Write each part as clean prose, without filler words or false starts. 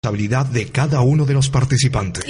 Responsabilidad de cada uno de los participantes.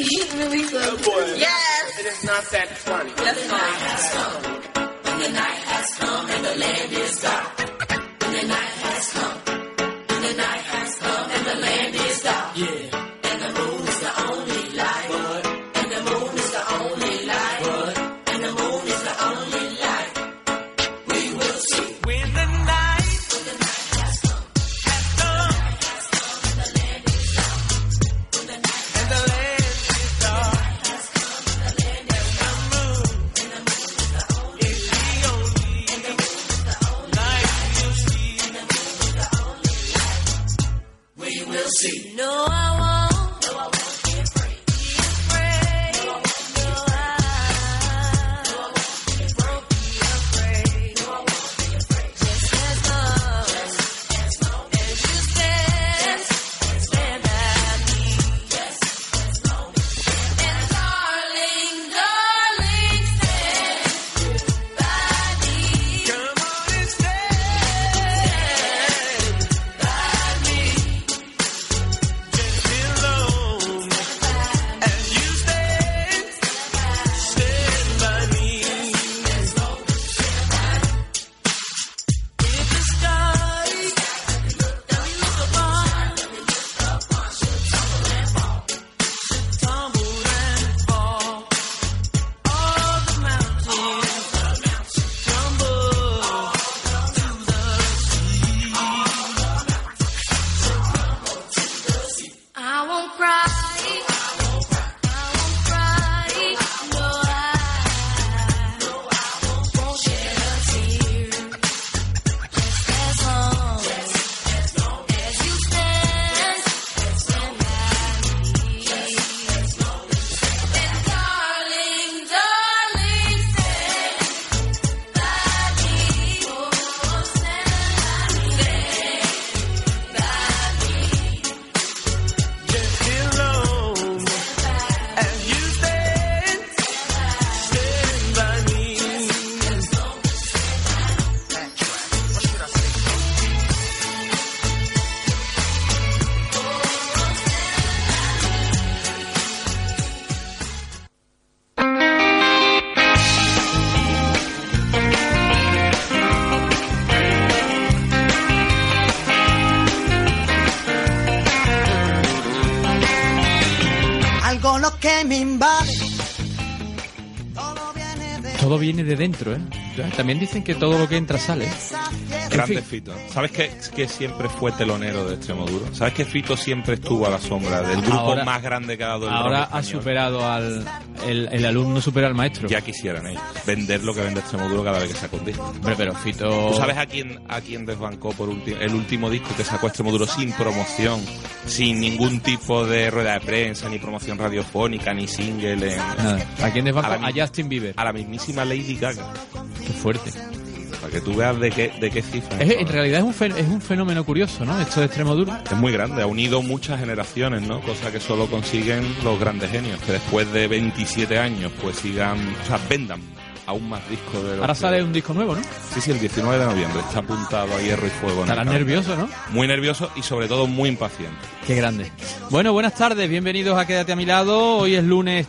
Todo viene de dentro, ¿eh? También dicen que todo lo que entra sale. Grande Fito. ¿Sabes que siempre fue telonero de Extremoduro? ¿Sabes que Fito siempre estuvo a la sombra del grupo más grande que ha dado el rock Ahora español? ha superado el alumno supera al maestro. Ya quisieran ellos vender lo que vende Extremoduro cada vez que saca un disco. Hombre, pero Fito... ¿Tú sabes a quién desbancó por el último disco que sacó Extremoduro sin promoción, sin ningún tipo de rueda de prensa, ni promoción radiofónica, ni single? Nada. ¿A quién desbancó? A Justin Bieber. A la mismísima Lady Gaga. Qué fuerte. Para que tú veas de qué cifra. En realidad es un fenómeno curioso, ¿no? Esto de Extremoduro. Es muy grande, ha unido muchas generaciones, ¿no? Cosa que solo consiguen los grandes genios, que después de 27 años pues vendan aún más discos de los... Ahora sale un disco nuevo, ¿no? Sí, el 19 de noviembre, está apuntado a hierro y fuego. Estarás nervioso, ¿no? Muy nervioso y sobre todo muy impaciente. Qué grande. Bueno, buenas tardes, bienvenidos a Quédate a mi lado. Hoy es lunes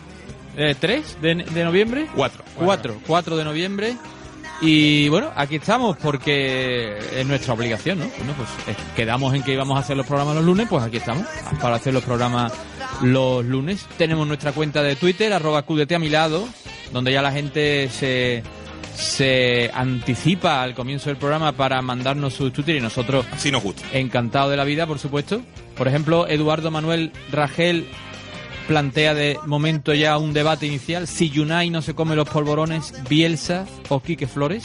3 de noviembre. 4 de noviembre. Y bueno, aquí estamos porque es nuestra obligación, ¿no? Bueno, pues quedamos en que íbamos a hacer los programas los lunes, pues aquí estamos para hacer los programas los lunes. Tenemos nuestra cuenta de Twitter, @QDTAmilado, donde ya la gente se anticipa al comienzo del programa para mandarnos sus Twitter y nosotros... Así nos gusta. Encantados de la vida, por supuesto. Por ejemplo, Eduardo Manuel Ragel plantea de momento ya un debate inicial: si Yunay no se come los polvorones, Bielsa o Quique Flores.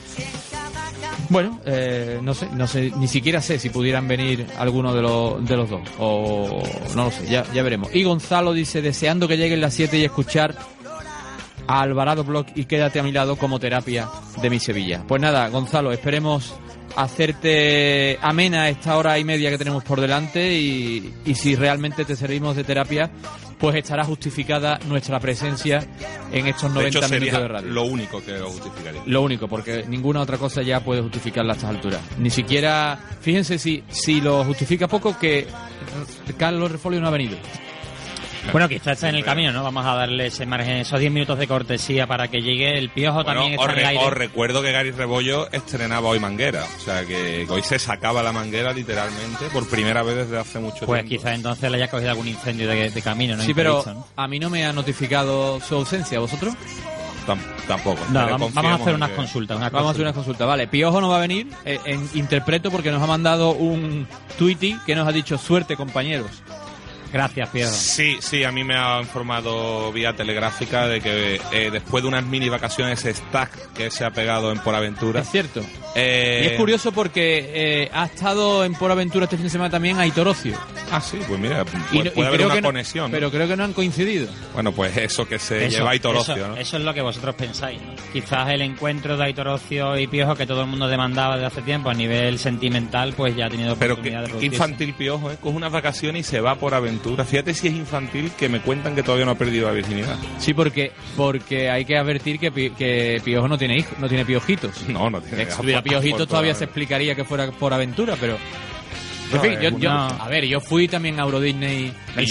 Bueno, no sé, ni siquiera sé si pudieran venir alguno de los dos, o no lo sé, ya veremos. Y Gonzalo dice: deseando que lleguen las 7 y escuchar a Alvarado Block y Quédate a mi lado como terapia de mi Sevilla. Pues nada, Gonzalo, esperemos hacerte amena esta hora y media que tenemos por delante, y si realmente te servimos de terapia, pues estará justificada nuestra presencia en estos 90 minutos de radio. Lo único que lo justificaría. Lo único, porque ninguna otra cosa ya puede justificarla a estas alturas. Ni siquiera, fíjense, si lo justifica poco, que Carlos Refolio no ha venido. Bueno, quizás está en el camino, ¿no? Vamos a darle ese margen, esos 10 minutos de cortesía para que llegue. El Piojo también está en el aire. Os recuerdo que Gary Rebollo estrenaba hoy manguera. O sea, que hoy se sacaba la manguera literalmente por primera vez desde hace mucho tiempo. Pues quizás entonces le haya cogido algún incendio de camino, ¿no? Sí, pero ¿no? a mí no me ha notificado su ausencia, ¿vosotros? Tampoco. No, vamos a hacer unas consultas. Vamos a hacer unas consultas. Vale, Piojo no va a venir. Interpreto porque nos ha mandado un tuiti que nos ha dicho suerte, compañeros. Gracias, Piojo. Sí, a mí me ha informado vía telegráfica de que después de unas mini vacaciones stack que se ha pegado en Por Aventura. Es cierto. Y es curioso porque ha estado en Por Aventura este fin de semana también Aitor Ocio. Ah, sí, pues mira, puede haber una conexión. Pero creo que no han coincidido. Bueno, pues eso que se lleva Aitor Ocio, ¿no? Eso es lo que vosotros pensáis, ¿no? Quizás el encuentro de Aitor Ocio y Piojo, que todo el mundo demandaba desde hace tiempo a nivel sentimental, pues ya ha tenido oportunidad de producirse. Infantil Piojo, coge unas vacaciones y se va por aventura. Fíjate si es infantil, que me cuentan que todavía no ha perdido la virginidad. Sí, porque hay que advertir que Piojo no tiene hijos, no tiene piojitos. No tiene. Si tuviera piojitos todavía se explicaría que fuera por aventura, pero... En fin, yo fui también a Euro Disney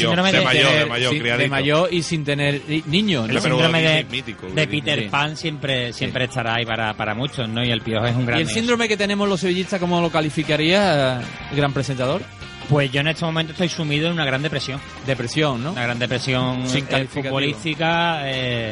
de mayor y sin tener niños, ¿no? El síndrome de Peter Pan siempre estará ahí para muchos, ¿no? Y el Piojo es un gran... ¿Y el síndrome que tenemos los sevillistas, cómo lo calificaría el gran presentador? Pues yo en este momento estoy sumido en una gran depresión. Depresión, ¿no? Una gran depresión futbolística,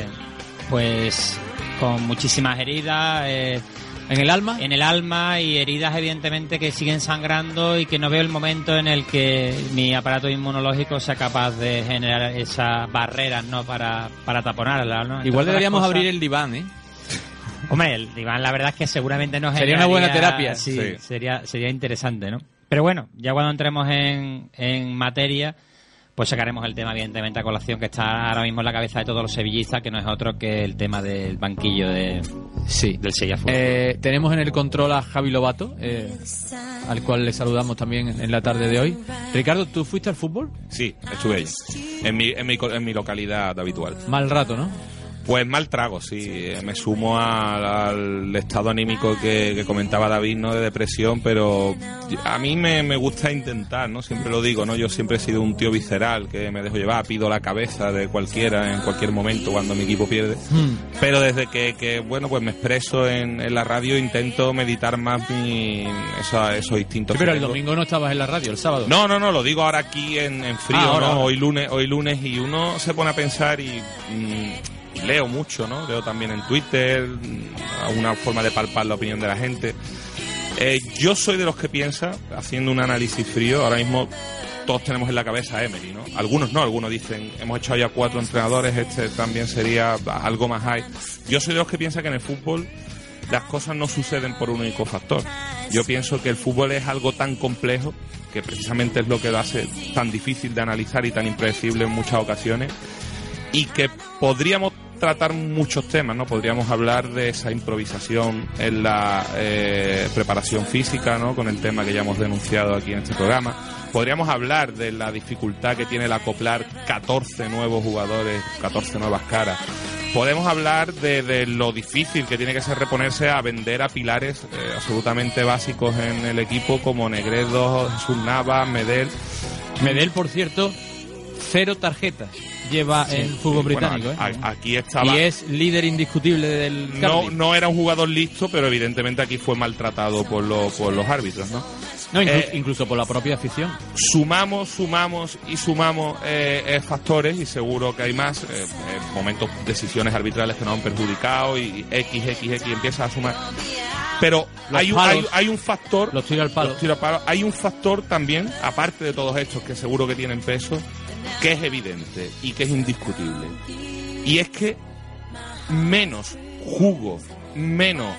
pues con muchísimas heridas... ¿En el alma? En el alma, y heridas evidentemente que siguen sangrando, y que no veo el momento en el que mi aparato inmunológico sea capaz de generar esas barreras, ¿no? Para taponarlas, ¿no? Igual deberíamos abrir el diván, ¿eh? Hombre, el diván la verdad es que seguramente nos sería una buena terapia. Sí. Sería interesante, ¿no? Pero bueno, ya cuando entremos en materia, pues sacaremos el tema evidentemente a colación, que está ahora mismo en la cabeza de todos los sevillistas, que no es otro que el tema del banquillo del Sevilla Fútbol. Tenemos en el control a Javi Lobato, al cual le saludamos también en la tarde de hoy. Ricardo, ¿tú fuiste al fútbol? Sí, estuve ahí, en mi localidad habitual. Mal rato, ¿no? Pues mal trago, sí. Me sumo al estado anímico que comentaba David, ¿no? De depresión, pero a mí me gusta intentar, ¿no? Siempre lo digo, ¿no? Yo siempre he sido un tío visceral, que me dejo llevar, pido la cabeza de cualquiera en cualquier momento cuando mi equipo pierde. Pero desde que bueno, pues me expreso en la radio, intento meditar más esos instintos. Sí, pero el domingo no estabas en la radio, el sábado. No, lo digo ahora aquí en frío, ¿no? Hoy lunes, y uno se pone a pensar y leo mucho, ¿no? Leo también en Twitter, una forma de palpar la opinión de la gente. Yo soy de los que piensa, haciendo un análisis frío, ahora mismo todos tenemos en la cabeza a Emery, ¿no? Algunos no, algunos dicen, hemos echado ya 4 entrenadores, este también sería algo más high. Yo soy de los que piensa que en el fútbol las cosas no suceden por un único factor. Yo pienso que el fútbol es algo tan complejo, que precisamente es lo que lo hace tan difícil de analizar y tan impredecible en muchas ocasiones, y que podríamos tratar muchos temas, ¿no? Podríamos hablar de esa improvisación en la preparación física, ¿no? Con el tema que ya hemos denunciado aquí en este programa. Podríamos hablar de la dificultad que tiene el acoplar 14 nuevos jugadores, 14 nuevas caras. Podemos hablar de lo difícil que tiene que ser reponerse a vender a pilares absolutamente básicos en el equipo, como Negredo, Jesús Navas, Medel. Medel, por cierto, 0 tarjetas lleva en fútbol británico. Aquí estaba, y es líder indiscutible del Cardiff. No era un jugador listo, pero evidentemente aquí fue maltratado por los árbitros, ¿no? No, incluso por la propia afición. Sumamos factores, y seguro que hay más, momentos, decisiones arbitrales que nos han perjudicado, y X empieza a sumar. Pero hay un factor, los tiros al palo. Hay un factor también, aparte de todos estos que seguro que tienen peso, que es evidente y que es indiscutible. Y es que menos jugo, menos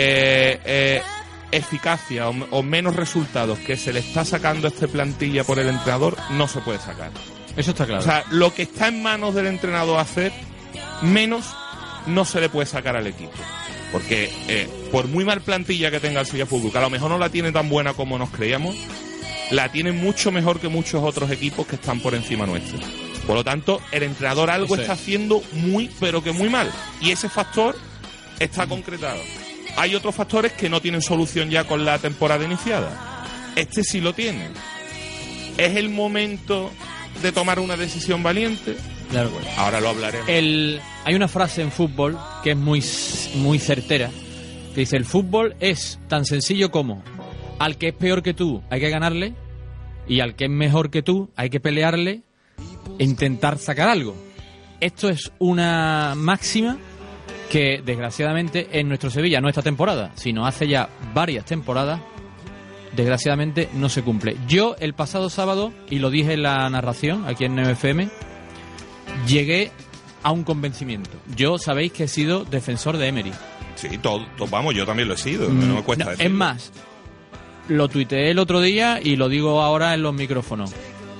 eficacia o menos resultados que se le está sacando a esta plantilla por el entrenador no se puede sacar. Eso está claro. O sea, lo que está en manos del entrenador hacer, menos no se le puede sacar al equipo. Porque por muy mal plantilla que tenga el Sevilla Fútbol, que a lo mejor no la tiene tan buena como nos creíamos, la tiene mucho mejor que muchos otros equipos que están por encima nuestro. Por lo tanto, el entrenador algo está haciendo muy, pero que muy mal. Y ese factor está concretado. Hay otros factores que no tienen solución ya con la temporada iniciada. Este sí lo tiene. ¿Es el momento de tomar una decisión valiente? Claro. Ahora lo hablaremos. Hay una frase en fútbol que es muy certera, que dice: el fútbol es tan sencillo como al que es peor que tú hay que ganarle, y al que es mejor que tú hay que pelearle e intentar sacar algo. Esto es una máxima que desgraciadamente en nuestro Sevilla, no esta temporada, sino hace ya varias temporadas, desgraciadamente no se cumple. Yo el pasado sábado, y lo dije en la narración aquí en NFM, llegué a un convencimiento. Yo sabéis que he sido defensor de Emery. Sí, vamos, yo también lo he sido, no me cuesta decirlo. Es más, lo tuiteé el otro día y lo digo ahora en los micrófonos.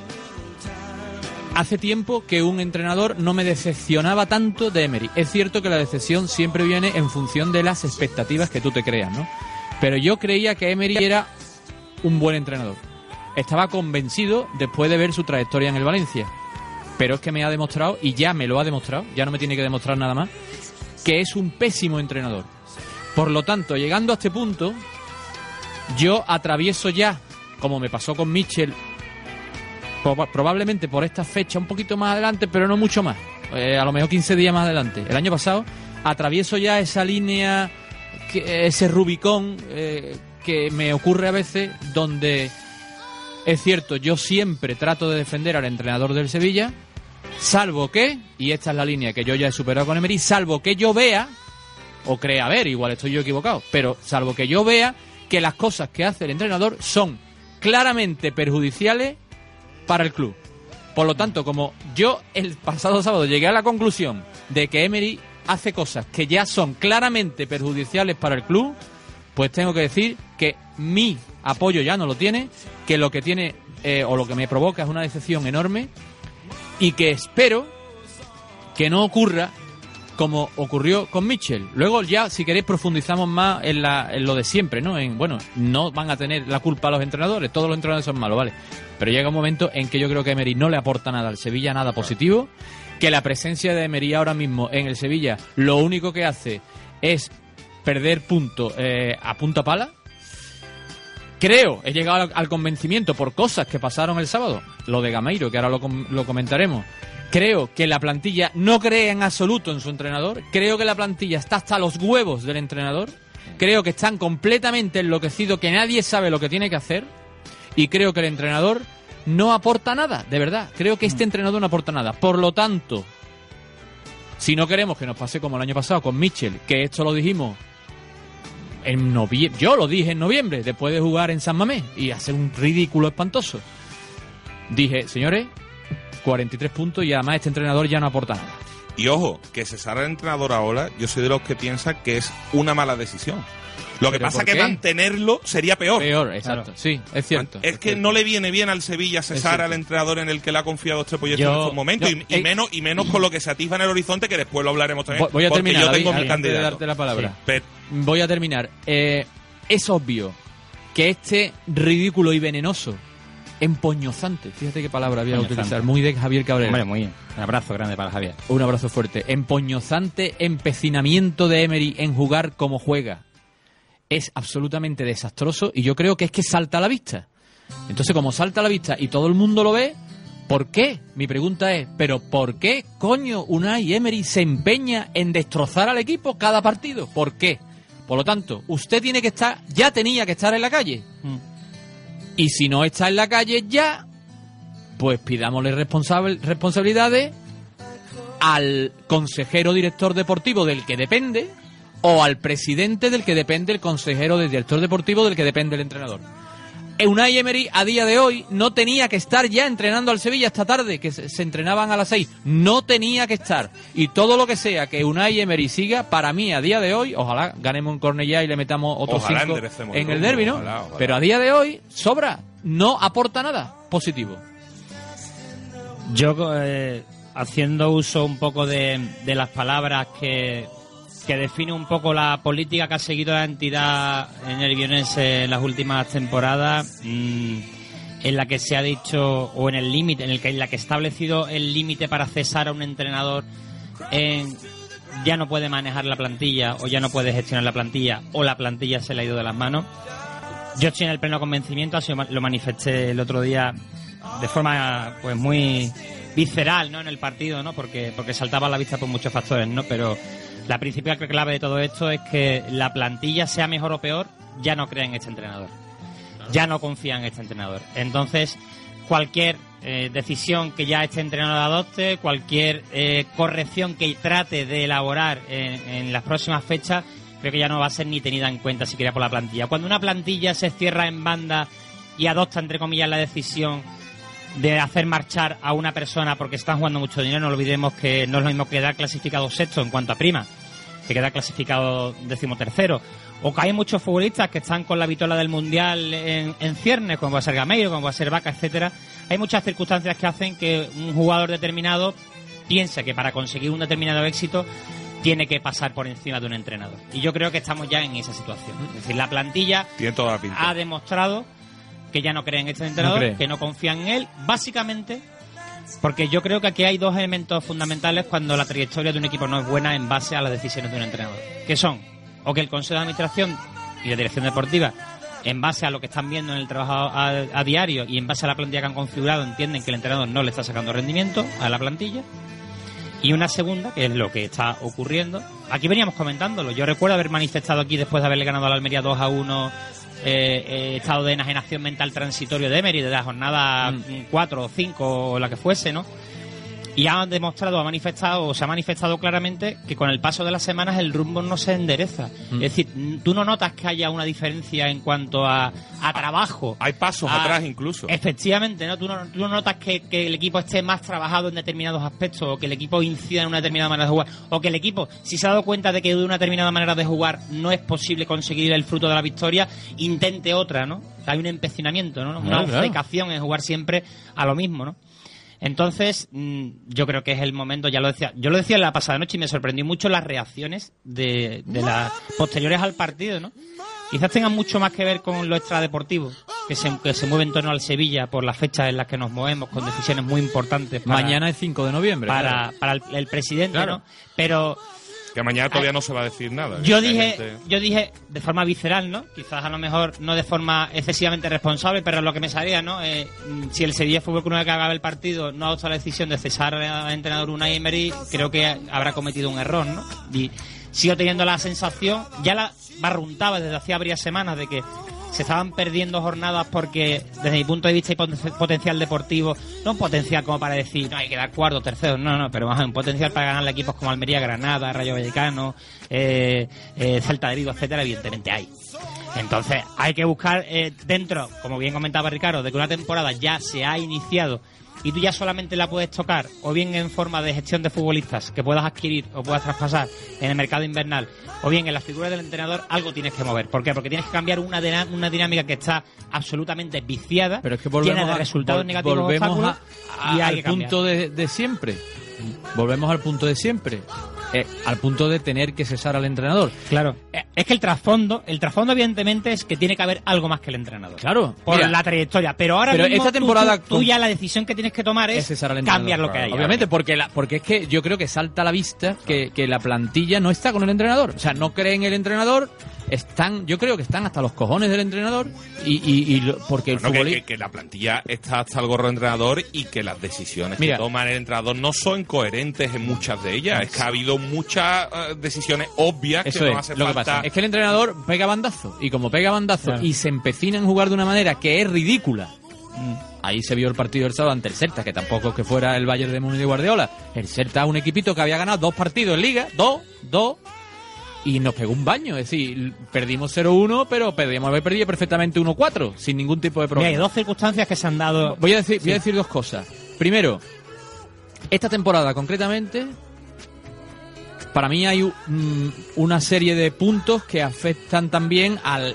Hace tiempo que un entrenador no me decepcionaba tanto de Emery. Es cierto que la decepción siempre viene en función de las expectativas que tú te creas, ¿no? Pero yo creía que Emery era un buen entrenador. Estaba convencido después de ver su trayectoria en el Valencia. Pero es que me ha demostrado, y ya me lo ha demostrado, ya no me tiene que demostrar nada más, que es un pésimo entrenador. Por lo tanto, llegando a este punto, yo atravieso ya, como me pasó con Mitchell, probablemente por esta fecha un poquito más adelante, pero no mucho más, a lo mejor 15 días más adelante, el año pasado, atravieso ya esa línea, ese Rubicón que me ocurre a veces, donde es cierto, yo siempre trato de defender al entrenador del Sevilla, salvo que, y esta es la línea que yo ya he superado con Emery, salvo que yo vea, o crea ver, igual estoy yo equivocado, pero salvo que yo vea que las cosas que hace el entrenador son claramente perjudiciales para el club. Por lo tanto, como yo el pasado sábado llegué a la conclusión de que Emery hace cosas que ya son claramente perjudiciales para el club, pues tengo que decir que mi apoyo ya no lo tiene, que lo que tiene o lo que me provoca es una decepción enorme, y que espero que no ocurra como ocurrió con Mitchell. Luego ya, si queréis, profundizamos más en lo de siempre, ¿no? No van a tener la culpa los entrenadores, todos los entrenadores son malos, ¿vale? Pero llega un momento en que yo creo que Emery no le aporta nada al Sevilla, nada positivo, que la presencia de Emery ahora mismo en el Sevilla lo único que hace es perder puntos a punta pala. Creo, he llegado al convencimiento por cosas que pasaron el sábado, lo de Gameiro, que ahora lo comentaremos. Creo que la plantilla no cree en absoluto en su entrenador. Creo que la plantilla está hasta los huevos del entrenador. Creo que están completamente enloquecidos, que nadie sabe lo que tiene que hacer. Y creo que el entrenador no aporta nada, de verdad. Creo que este entrenador no aporta nada. Por lo tanto, si no queremos que nos pase como el año pasado con Mitchell, que esto lo dijimos en noviembre, yo lo dije en noviembre, después de jugar en San Mamés y hacer un ridículo espantoso. Dije, señores, 43 puntos y además este entrenador ya no aporta nada. Y ojo, que cesar al entrenador ahora, yo soy de los que piensa que es una mala decisión. Lo que pasa es que mantenerlo sería peor. Peor, exacto. Claro. Sí, es cierto. Es que no le viene bien al Sevilla cesar al entrador en el que le ha confiado este proyecto en estos momentos. Y menos con lo que se atisba en el horizonte, que después lo hablaremos también. Voy a terminar, yo tengo David, mi candidato. De darte la palabra. Sí. Voy a terminar. Es obvio que este ridículo y venenoso, empoñozante, fíjate qué palabra había a utilizar, muy de Javier Cabrera. Hombre, muy bien. Un abrazo grande para Javier. Un abrazo fuerte. Empoñozante empecinamiento de Emery en jugar como juega. Es absolutamente desastroso y yo creo que es que salta a la vista. Entonces, como salta a la vista y todo el mundo lo ve, ¿por qué? Mi pregunta es, ¿pero por qué coño Unai Emery se empeña en destrozar al equipo cada partido? ¿Por qué? Por lo tanto, usted tiene que estar, ya tenía que estar en la calle. Y si no está en la calle ya, pues pidámosle responsabilidades al consejero director deportivo del que depende, o al presidente del que depende el consejero del director deportivo del que depende el entrenador. Unai Emery a día de hoy no tenía que estar ya entrenando al Sevilla esta tarde, que se entrenaban a las 6. No tenía que estar. Y todo lo que sea que Unai Emery siga, para mí a día de hoy, ojalá ganemos en Cornellá y le metamos otros 5 en el derbi, ¿no? Ojalá. Pero a día de hoy sobra. No aporta nada positivo. Yo, haciendo uso un poco de las palabras que define un poco la política que ha seguido la entidad nervionense en las últimas temporadas, en la que se ha dicho, o en el límite, en la que ha establecido el límite para cesar a un entrenador ya no puede manejar la plantilla, o ya no puede gestionar la plantilla, o la plantilla se le ha ido de las manos. Yo estoy en el pleno convencimiento, así lo manifesté el otro día, de forma pues muy visceral, ¿no?, en el partido, ¿no?, porque saltaba a la vista por muchos factores, ¿no? Pero la principal clave de todo esto es que la plantilla, sea mejor o peor, ya no cree en este entrenador. Ya no confía en este entrenador. Entonces, cualquier decisión que ya este entrenador adopte, cualquier corrección que trate de elaborar en las próximas fechas, creo que ya no va a ser ni tenida en cuenta siquiera por la plantilla. Cuando una plantilla se cierra en banda y adopta, entre comillas, la decisión de hacer marchar a una persona porque están jugando mucho dinero, no olvidemos que no es lo mismo quedar clasificado sexto en cuanto a prima que quedar clasificado 13º, o que hay muchos futbolistas que están con la vitola del Mundial en ciernes, como va a ser Gameiro, como va a ser Vaca, etcétera. Hay muchas circunstancias que hacen que un jugador determinado piense que para conseguir un determinado éxito tiene que pasar por encima de un entrenador. Y yo creo que estamos ya en esa situación. Es decir, la plantilla tiene toda la pinta. Ha demostrado que ya no cree en este entrenador, que no confían en él, básicamente porque yo creo que aquí hay dos elementos fundamentales cuando la trayectoria de un equipo no es buena en base a las decisiones de un entrenador, que son o que el Consejo de Administración y de Dirección Deportiva, en base a lo que están viendo en el trabajo a diario y en base a la plantilla que han configurado, entienden que el entrenador no le está sacando rendimiento a la plantilla. Y una segunda, que es lo que está ocurriendo. Aquí veníamos comentándolo. Yo recuerdo haber manifestado aquí, después de haberle ganado a la Almería 2-1, estado de enajenación mental transitorio de Emery, de la jornada 4 o 5 o la que fuese, ¿no? Y se ha manifestado claramente que con el paso de las semanas el rumbo no se endereza. Es decir, tú no notas que haya una diferencia en cuanto a trabajo. Hay pasos atrás incluso. Efectivamente, ¿no? Tú no notas que el equipo esté más trabajado en determinados aspectos, o que el equipo incida en una determinada manera de jugar, o que el equipo, si se ha dado cuenta de que de una determinada manera de jugar no es posible conseguir el fruto de la victoria, intente otra, ¿no? Hay un empecinamiento, ¿no? Una obcecación en jugar siempre a lo mismo, ¿no? Entonces, yo creo que es el momento, yo lo decía la pasada noche y me sorprendió mucho las reacciones de las posteriores al partido, ¿no? Quizás tengan mucho más que ver con lo extradeportivo, que se mueve en torno al Sevilla por las fechas en las que nos movemos, con decisiones muy importantes. Mañana es 5 de noviembre. Para el presidente, claro, ¿no? Pero que mañana todavía no se va a decir nada. Yo dije de forma visceral, ¿no? Quizás a lo mejor no de forma excesivamente responsable, pero lo que me salía, ¿no? Si el Sevilla Fútbol Club, una vez que acabe el partido, no ha adoptado la decisión de cesar al entrenador Unai Emery, creo que habrá cometido un error, ¿no? Y sigo teniendo la sensación, ya la barruntaba desde hacía varias semanas, de que se estaban perdiendo jornadas porque, desde mi punto de vista, hay potencial deportivo, no un potencial como para decir, no, hay que dar cuarto, tercero, no, pero más un potencial para ganarle equipos como Almería, Granada, Rayo Vallecano, Celta de Vigo, etcétera, evidentemente hay. Entonces, hay que buscar dentro, como bien comentaba Ricardo, de que una temporada ya se ha iniciado y tú ya solamente la puedes tocar o bien en forma de gestión de futbolistas que puedas adquirir o puedas traspasar en el mercado invernal, o bien en la figura del entrenador, algo tienes que mover. ¿Por qué? Porque tienes que cambiar una dinámica que está absolutamente viciada, pero es que volvemos llena de resultados negativos, volvemos al punto de siempre. Volvemos al punto de siempre. Al punto de tener que cesar al entrenador. Claro. Es que el trasfondo evidentemente es que tiene que haber algo más que el entrenador. Claro. Por la trayectoria. Pero mismo esta temporada tú ya la decisión que tienes que tomar es cesar al cambiar lo que hay. Obviamente, porque es que yo creo que salta a la vista que la plantilla no está con el entrenador. O sea, no creen en el entrenador. Yo creo que están hasta los cojones del entrenador porque el fútbol... que la plantilla está hasta el gorro del entrenador y que las decisiones que toma el entrenador no son coherentes en muchas de ellas. Es que ha habido muchas decisiones obvias que no hacen falta. Lo que pasa es que el entrenador pega bandazo, y como pega bandazo y se empecina en jugar de una manera que es ridícula. Ahí se vio el partido del sábado ante el Celta, que tampoco es que fuera el Bayern de Múnich de Guardiola. El Celta es un equipito que había ganado 2 partidos en Liga, dos, y nos pegó un baño. Es decir, perdimos 0-1, pero podríamos haber perdido perfectamente 1-4, sin ningún tipo de problema. Hay dos circunstancias que se han dado. Voy a decir dos cosas. Primero, esta temporada concretamente, para mí hay una serie de puntos que afectan también al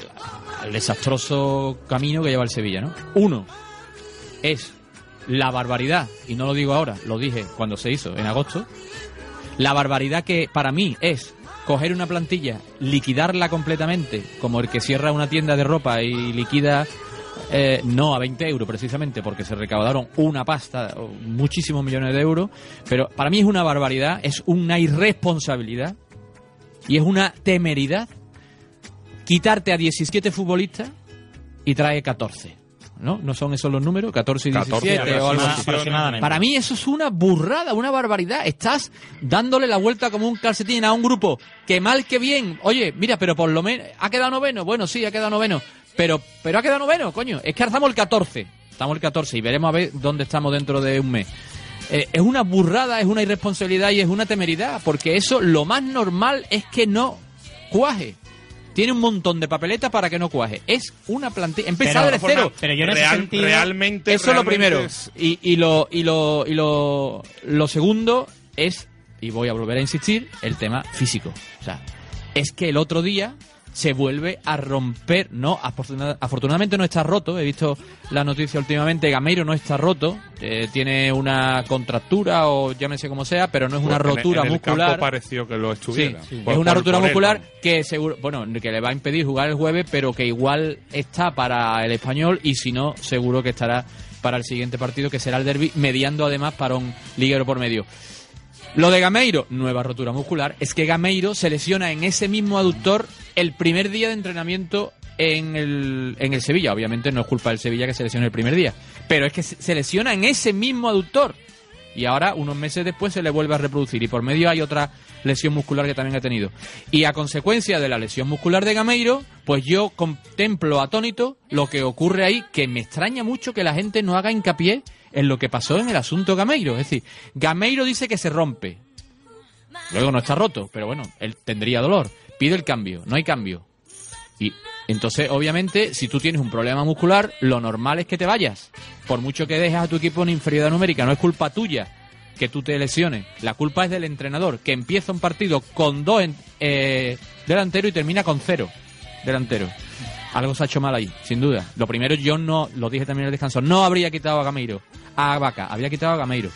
desastroso camino que lleva el Sevilla, ¿no? Uno es la barbaridad, y no lo digo ahora, lo dije cuando se hizo, en agosto, la barbaridad que para mí es coger una plantilla, liquidarla completamente, como el que cierra una tienda de ropa y liquida, no a 20 euros precisamente, porque se recaudaron una pasta, muchísimos millones de euros, pero para mí es una barbaridad, es una irresponsabilidad y es una temeridad quitarte a 17 futbolistas y trae 14. ¿no? ¿No son esos los números? 14 y 17 14, o algo así. aproximadamente. Para mí eso es una burrada, una barbaridad. Estás dándole la vuelta como un calcetín a un grupo que mal que bien. Oye, mira, pero por lo menos... ¿Ha quedado noveno? Bueno, sí, ha quedado noveno. Pero ha quedado noveno, coño. Es que ahora estamos el 14. Estamos el 14 y veremos a ver dónde estamos dentro de un mes. Es una burrada, es una irresponsabilidad y es una temeridad. Porque eso, lo más normal es que no cuaje. Tiene un montón de papeletas para que no cuaje. Es una plantilla. Empezar de cero. Pero yo en ese sentido, realmente. Eso es lo primero. Y lo segundo es, y voy a volver a insistir, el tema físico. O sea, es que el otro día se vuelve a romper. No, afortunadamente no está roto. He visto la noticia últimamente. Gameiro no está roto. Tiene una contractura o llámese como sea, pero no es una rotura en el muscular. campo pareció que lo estuviera. Sí. Es una rotura muscular que seguro, que le va a impedir jugar el jueves, pero que igual está para el Español y si no, seguro que estará para el siguiente partido, que será el derbi, mediando además para un liguero por medio. Lo de Gameiro, nueva rotura muscular, es que Gameiro se lesiona en ese mismo aductor el primer día de entrenamiento en el Sevilla. Obviamente no es culpa del Sevilla que se lesione el primer día, pero es que se lesiona en ese mismo aductor y ahora unos meses después se le vuelve a reproducir y por medio hay otra lesión muscular que también ha tenido. Y a consecuencia de la lesión muscular de Gameiro, pues yo contemplo atónito lo que ocurre ahí, que me extraña mucho que la gente no haga hincapié en lo que pasó en el asunto Gameiro. Es decir, Gameiro dice que se rompe. Luego no está roto, pero bueno, él tendría dolor. Pide el cambio, no hay cambio. Y entonces, obviamente, si tú tienes un problema muscular, lo normal es que te vayas. Por mucho que dejes a tu equipo en inferioridad numérica, no es culpa tuya que tú te lesiones. La culpa es del entrenador, que empieza un partido con 2 delanteros y termina con 0 delanteros. Algo se ha hecho mal ahí, sin duda. Lo primero, yo no, lo dije también en el descanso, no habría quitado a Gameiro, a Vaca, habría quitado a Gameiro.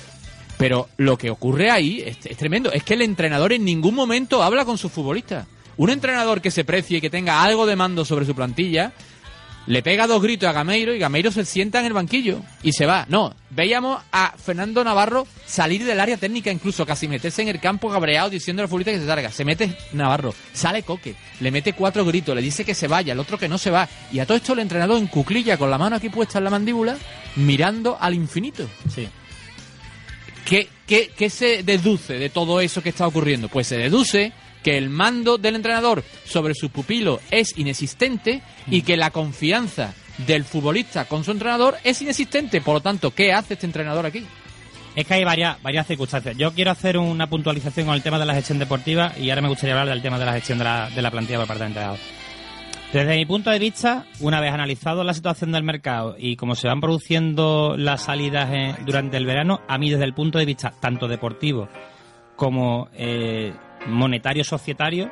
Pero lo que ocurre ahí es tremendo. Es que el entrenador en ningún momento habla con sus futbolistas. Un entrenador que se precie y que tenga algo de mando sobre su plantilla, le pega 2 gritos a Gameiro y Gameiro se sienta en el banquillo y se va. No, veíamos a Fernando Navarro salir del área técnica, incluso casi meterse en el campo cabreado diciendo al futbolista que se salga. Se mete Navarro, sale Coque, le mete 4 gritos, le dice que se vaya, el otro que no se va. Y a todo esto el entrenador en cuclilla, con la mano aquí puesta en la mandíbula, mirando al infinito. Sí. ¿Qué se deduce de todo eso que está ocurriendo? Pues se deduce que el mando del entrenador sobre sus pupilos es inexistente y que la confianza del futbolista con su entrenador es inexistente. Por lo tanto, ¿qué hace este entrenador aquí? Es que hay varias circunstancias. Yo quiero hacer una puntualización con el tema de la gestión deportiva y ahora me gustaría hablar del tema de la gestión de la plantilla por parte del entrenador. Desde mi punto de vista, una vez analizado la situación del mercado y cómo se van produciendo las salidas durante el verano, a mí desde el punto de vista tanto deportivo como monetario societario,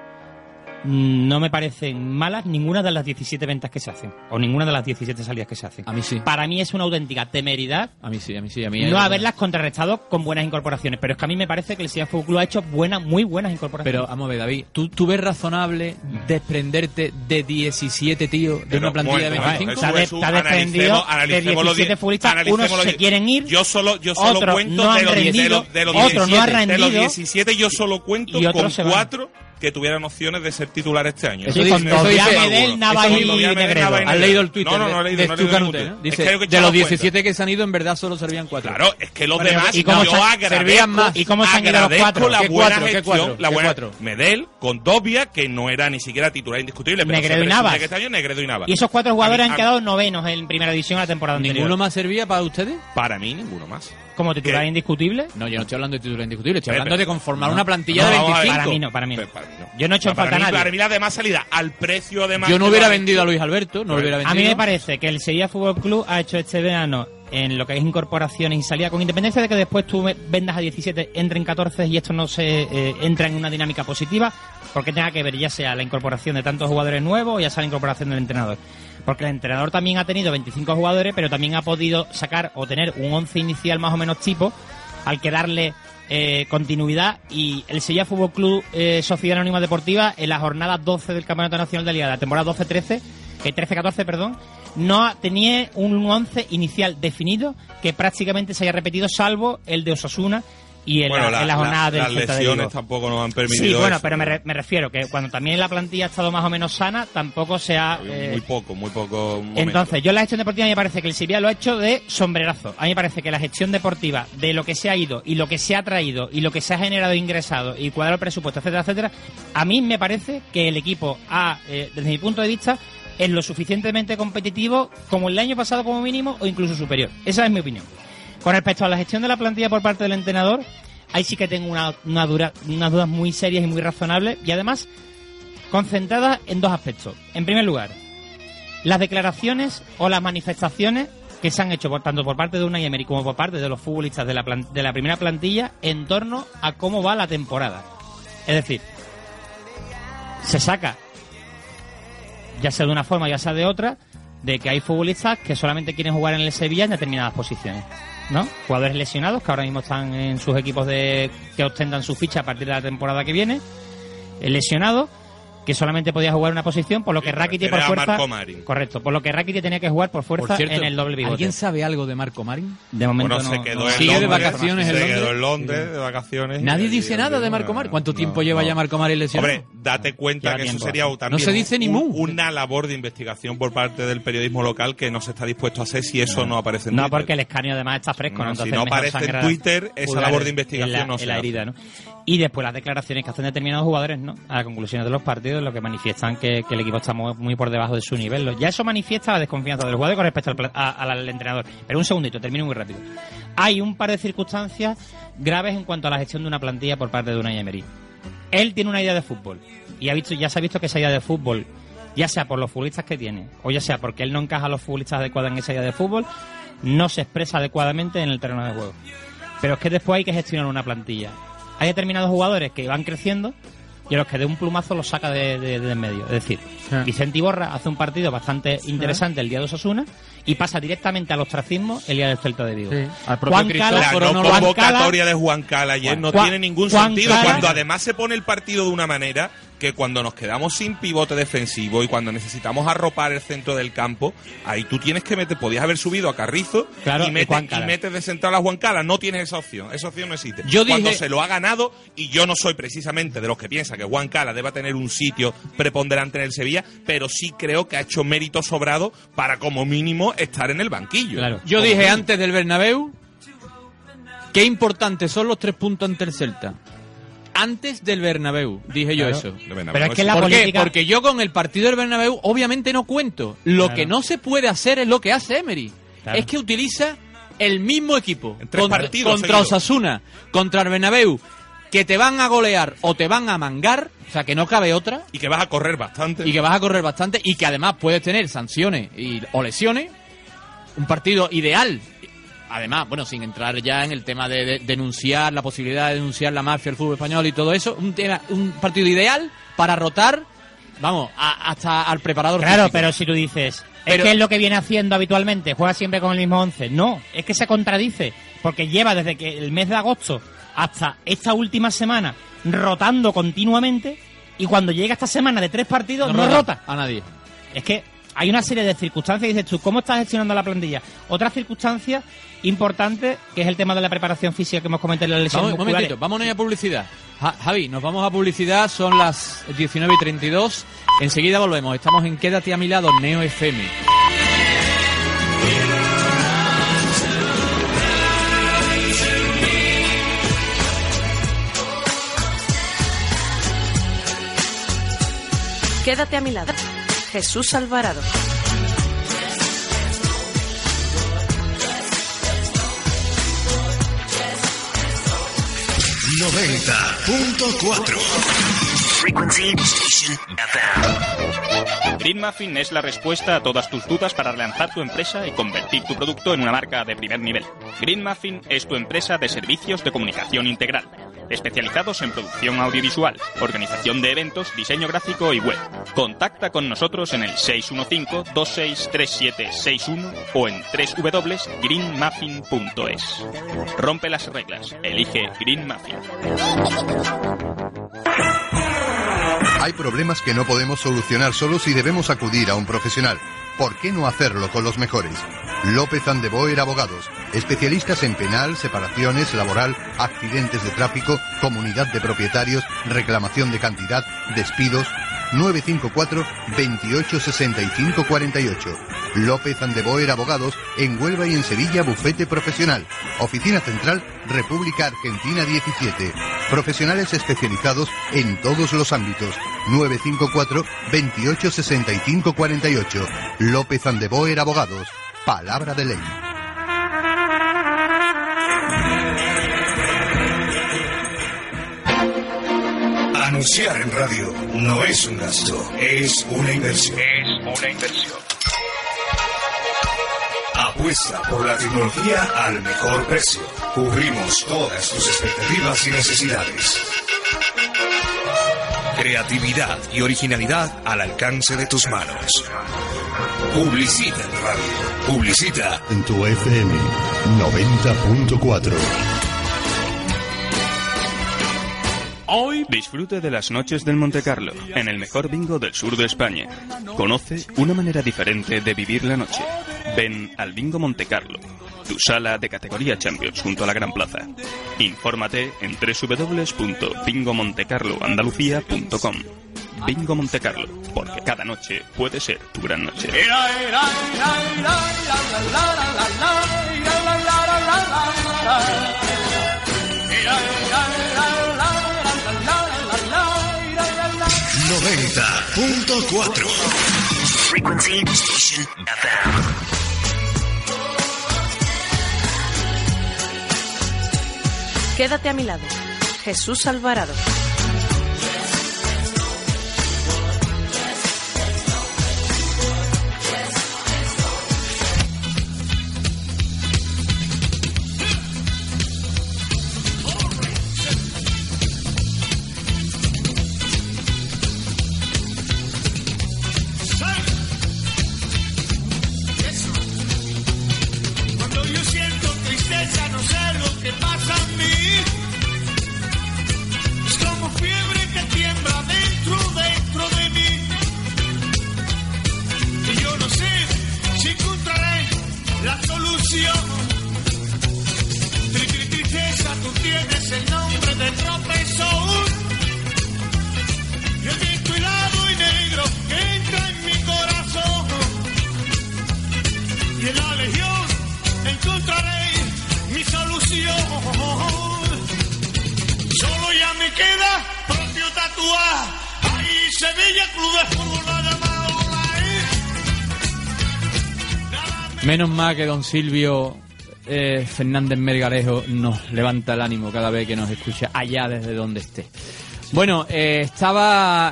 no me parecen malas ninguna de las 17 ventas que se hacen o ninguna de las 17 salidas que se hacen. A mí sí. Para mí es una auténtica temeridad. A mí sí. No haberlas contrarrestado con buenas incorporaciones, pero es que a mí me parece que el Sevilla Fútbol Club ha hecho muy buenas incorporaciones. Pero vamos a ver, David, ¿tú ves razonable desprenderte de 17 tíos de una plantilla de 25? Está desprendido de 17 futbolistas, unos se quieren ir, yo solo otros cuento no de han los rendido, 17, otros no han rendido, de los 17 yo solo cuento y con se van. 4 que tuvieran opciones de ser titular este año. Eso con Medel, Navas y Negredo. ¿Has leído el Twitter? No he leído Stucanute, ¿no? Dice, de los 17 que se han ido, en verdad solo servían 4. Claro, es que los demás servían más. ¿Y cómo se han ido los 4? La buena gestión, la buena. Medel, con Dobia, que no era ni siquiera titular indiscutible, pero Negredo y Navas. Negredo y Navas. Y esos 4 jugadores han quedado novenos en primera división la temporada anterior. ¿Ninguno más servía para ustedes? Para mí, ninguno más. ¿Como titular indiscutible? No, yo no estoy hablando de titular indiscutible, estoy hablando de conformar una plantilla de 25. Para mí no. Yo no he hecho en falta a nadie. Para mí la demás salida, al precio de más. Yo no hubiera vendido a Luis Alberto, no lo hubiera vendido. A mí me parece que el Sevilla Fútbol Club ha hecho este verano en lo que es incorporaciones y salida, con independencia de que después tú vendas a 17, entren 14 y esto no se entra en una dinámica positiva, porque tenga que ver ya sea la incorporación de tantos jugadores nuevos o ya sea la incorporación del entrenador. Porque el entrenador también ha tenido 25 jugadores, pero también ha podido sacar o tener un 11 inicial más o menos tipo, al que darle continuidad. Y el Sevilla Fútbol Club Sociedad Anónima Deportiva, en la jornada 12 del Campeonato Nacional de Liga, la temporada 13-14, perdón, no tenía un 11 inicial definido que prácticamente se haya repetido, salvo el de Osasuna, y en la jornada del Las Celta de lesiones Vigo. tampoco nos han permitido. Sí, bueno, eso, pero me refiero que cuando también la plantilla ha estado más o menos sana, tampoco se ha... muy poco momento. Entonces, yo en la gestión deportiva me parece que el Sevilla lo ha hecho de sombrerazo. A mí me parece que la gestión deportiva de lo que se ha ido y lo que se ha traído y lo que se ha generado e ingresado y cuadrar el presupuesto, etcétera, etcétera, a mí me parece que el equipo desde mi punto de vista, es lo suficientemente competitivo como el año pasado como mínimo o incluso superior. Esa es mi opinión. Con respecto a la gestión de la plantilla por parte del entrenador, ahí sí que tengo unas dudas muy serias y muy razonables y además concentradas en dos aspectos. En primer lugar, las declaraciones o las manifestaciones que se han hecho tanto por parte de Unai Emery como por parte de los futbolistas de la primera plantilla en torno a cómo va la temporada. Es decir, se saca, ya sea de una forma ya sea de otra, de que hay futbolistas que solamente quieren jugar en el Sevilla en determinadas posiciones, ¿no? Jugadores lesionados que ahora mismo están en sus equipos que ostentan su ficha a partir de la temporada que viene, lesionados que solamente podía jugar una posición, por lo que Rakitic por fuerza... Correcto, por lo que Rakitic tenía que jugar por fuerza, por cierto, en el doble bigote. ¿Alguien sabe algo de Marco Marín? De momento se quedó sigue de vacaciones en Londres. Se quedó en Londres de vacaciones. Nadie dice nada de Marco Marín. ¿Cuánto tiempo lleva ya Marco Marín lesionado? Hombre, date cuenta que eso sería también no se dice ni mu. Una labor de investigación por parte del periodismo local que no se está dispuesto a hacer si eso no aparece en Twitter. No, porque el escaneo además está fresco. Si no aparece en Twitter, esa labor de investigación no se la herida, ¿no? Y después las declaraciones que hacen determinados jugadores, ¿no? A las conclusiones de los partidos, lo que manifiestan que el equipo está muy por debajo de su nivel. Ya eso manifiesta la desconfianza del jugador con respecto al entrenador. Pero un segundito, termino muy rápido. Hay un par de circunstancias graves en cuanto a la gestión de una plantilla por parte de Unai Emery. Él tiene una idea de fútbol y ya se ha visto que esa idea de fútbol, ya sea por los futbolistas que tiene o ya sea porque él no encaja a los futbolistas adecuados en esa idea de fútbol, no se expresa adecuadamente en el terreno de juego. Pero es que después hay que gestionar una plantilla. Hay determinados jugadores que van creciendo y a los que de un plumazo los saca de en medio. Es decir, Vicente Iborra hace un partido bastante interesante el día de Osasuna y pasa directamente al ostracismo el día del Celta de Vigo. Juan Cala, la convocatoria de Juan Cala ayer no tiene ningún sentido cuando además se pone el partido de una manera que cuando nos quedamos sin pivote defensivo y cuando necesitamos arropar el centro del campo, ahí tú tienes que meter, podías haber subido a Carrizo y metes de central a Juan Cala. No tienes esa opción no existe. Cuando se lo ha ganado, y yo no soy precisamente de los que piensa que Juan Cala deba tener un sitio preponderante en el Sevilla, pero sí creo que ha hecho mérito sobrado para como mínimo estar en el banquillo. Claro. Yo dije antes del Bernabéu qué importantes son los 3 puntos ante el Celta. Antes del Bernabéu, dije yo eso. Pero es que ¿Por qué? Porque yo con el partido del Bernabéu obviamente no cuento. Lo que no se puede hacer es lo que hace Emery. Es que utiliza el mismo equipo contra Osasuna, contra el Bernabéu, que te van a golear o te van a mangar, o sea que no cabe otra. Y que vas a correr bastante. Y que además puedes tener sanciones o lesiones. Un partido ideal. Además, bueno, sin entrar ya en el tema de denunciar, la posibilidad de denunciar la mafia, el fútbol español y todo eso, un partido ideal para rotar, vamos, hasta al preparador físico. Claro, pero si tú dices, es que es lo que viene haciendo habitualmente, juega siempre con el mismo 11. No, es que se contradice, porque lleva desde que el mes de agosto hasta esta última semana rotando continuamente, y cuando llega esta semana de 3 partidos no rota a nadie. Es que hay una serie de circunstancias y dices tú, ¿cómo estás gestionando la plantilla? Otra circunstancia importante, que es el tema de la preparación física que hemos comentado en la lesión musculares. Un momentito, vámonos a publicidad. Javi, nos vamos a publicidad, son las 19:32. Enseguida volvemos, estamos en Quédate a mi lado, Neo FM. Quédate a mi lado, Jesús Alvarado. .4 Frequency Station FM. Green Muffin es la respuesta a todas tus dudas para relanzar tu empresa y convertir tu producto en una marca de primer nivel. Green Muffin es tu empresa de servicios de comunicación integral, especializados en producción audiovisual, organización de eventos, diseño gráfico y web. Contacta con nosotros en el 615-263761 o en www.greenmuffin.es. Rompe las reglas, elige Green Muffin. Hay problemas que no podemos solucionar solos y debemos acudir a un profesional. ¿Por qué no hacerlo con los mejores? López & de Boer Abogados, Especialistas en penal, separaciones, laboral, accidentes de tráfico, comunidad de propietarios, reclamación de cantidad, despidos. 954 28 65 48. López and de Boer Abogados, en Huelva y en Sevilla, bufete profesional. Oficina Central, República Argentina 17. Profesionales especializados en todos los ámbitos. 954 28 65 48. López and de Boer Abogados. Palabra de ley. Anunciar en radio no es un gasto, es una inversión. Apuesta por la tecnología al mejor precio. Cubrimos todas tus expectativas y necesidades. Creatividad y originalidad al alcance de tus manos. Publicita en radio. Publicita en tu FM 90.4. Hoy disfrute de las noches del Montecarlo, en el mejor bingo del sur de España. Conoce una manera diferente de vivir la noche. Ven al Bingo Montecarlo, tu sala de categoría Champions junto a la Gran Plaza. Infórmate en www.bingomontecarloandalucía.com. Bingo Montecarlo, porque cada noche puede ser tu gran noche. 90.4 Frequency Station FM. Quédate a mi lado, Jesús Alvarado. Menos mal que don Silvio Fernández Melgarejo nos levanta el ánimo cada vez que nos escucha allá desde donde esté. Bueno, estaba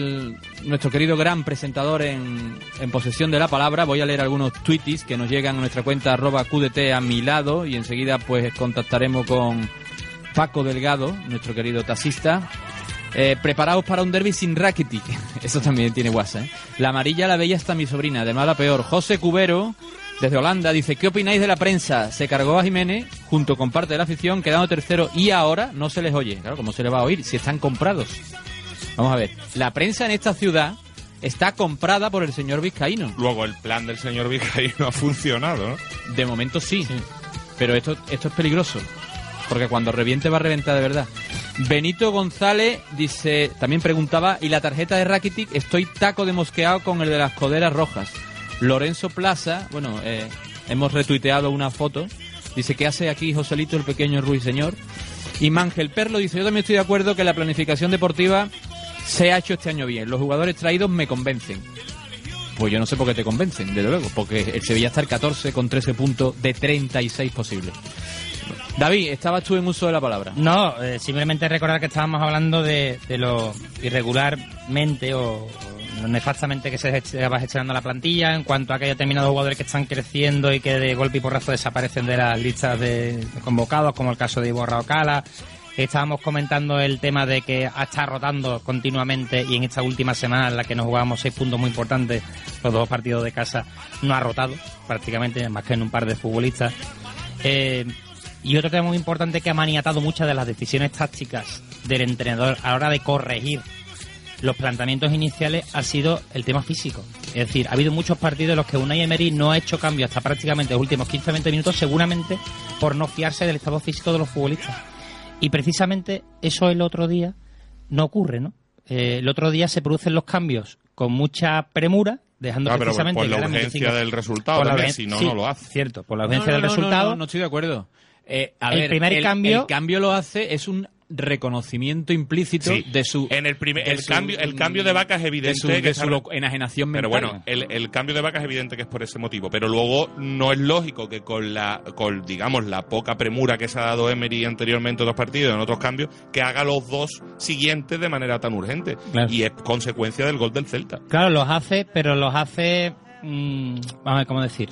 nuestro querido gran presentador en posesión de la palabra. Voy a leer algunos tweetis que nos llegan a nuestra cuenta @QDT a mi lado y enseguida pues contactaremos con Paco Delgado, nuestro querido taxista. Preparaos para un derbi sin Rakitic. Eso también tiene WhatsApp, ¿eh? La amarilla la veía hasta mi sobrina, de mal a peor. José Cubero, desde Holanda, dice: ¿qué opináis de la prensa? Se cargó a Jiménez junto con parte de la afición, quedando tercero y ahora no se les oye. Claro, ¿cómo se les va a oír si están comprados? Vamos a ver, la prensa en esta ciudad está comprada por el señor Vizcaíno. Luego el plan del señor Vizcaíno ha funcionado, ¿no? De momento sí. Pero esto es peligroso, porque cuando reviente va a reventar de verdad. Benito González dice, también preguntaba, ¿y la tarjeta de Rakitic? Estoy taco de mosqueado con el de las coderas rojas. Lorenzo Plaza, bueno, hemos retuiteado una foto, dice, ¿qué hace aquí Joselito, el pequeño ruiseñor? Y Mangel Perlo dice, yo también estoy de acuerdo que la planificación deportiva se ha hecho este año bien. Los jugadores traídos me convencen. Pues yo no sé por qué te convencen, desde luego, porque el Sevilla está el 14 con 13 puntos de 36 posibles. David, ¿estabas tú en uso de la palabra? No, simplemente recordar que estábamos hablando de lo irregularmente o nefastamente que se va gestionando la plantilla en cuanto a que hay determinados jugadores que están creciendo y que de golpe y porrazo desaparecen de las listas de convocados, como el caso de Iborra Ocala. Estábamos comentando el tema de que está rotando continuamente y en esta última semana en la que nos jugábamos 6 puntos muy importantes, los 2 partidos de casa, no ha rotado prácticamente, más que en un par de futbolistas. Y otro tema muy importante que ha maniatado muchas de las decisiones tácticas del entrenador a la hora de corregir los planteamientos iniciales ha sido el tema físico. Es decir, ha habido muchos partidos en los que Unai Emery no ha hecho cambio hasta prácticamente los últimos 15-20 minutos, seguramente por no fiarse del estado físico de los futbolistas. Y precisamente eso el otro día no ocurre, ¿no? El otro día se producen los cambios con mucha premura, dejando precisamente... Pero por la urgencia del resultado, si no, no lo hace. Cierto, por la urgencia del resultado... No estoy de acuerdo. El cambio lo hace, es un reconocimiento implícito de su... El cambio de Vaca es evidente de su enajenación mental. Pero bueno, el cambio de Vaca es evidente que es por ese motivo. Pero luego no es lógico que con digamos, la poca premura que se ha dado Emery anteriormente en otros partidos, en otros cambios, que haga los dos siguientes de manera tan urgente. Claro. Y es consecuencia del gol del Celta. Claro, los hace, pero los hace... vamos a ver cómo decir.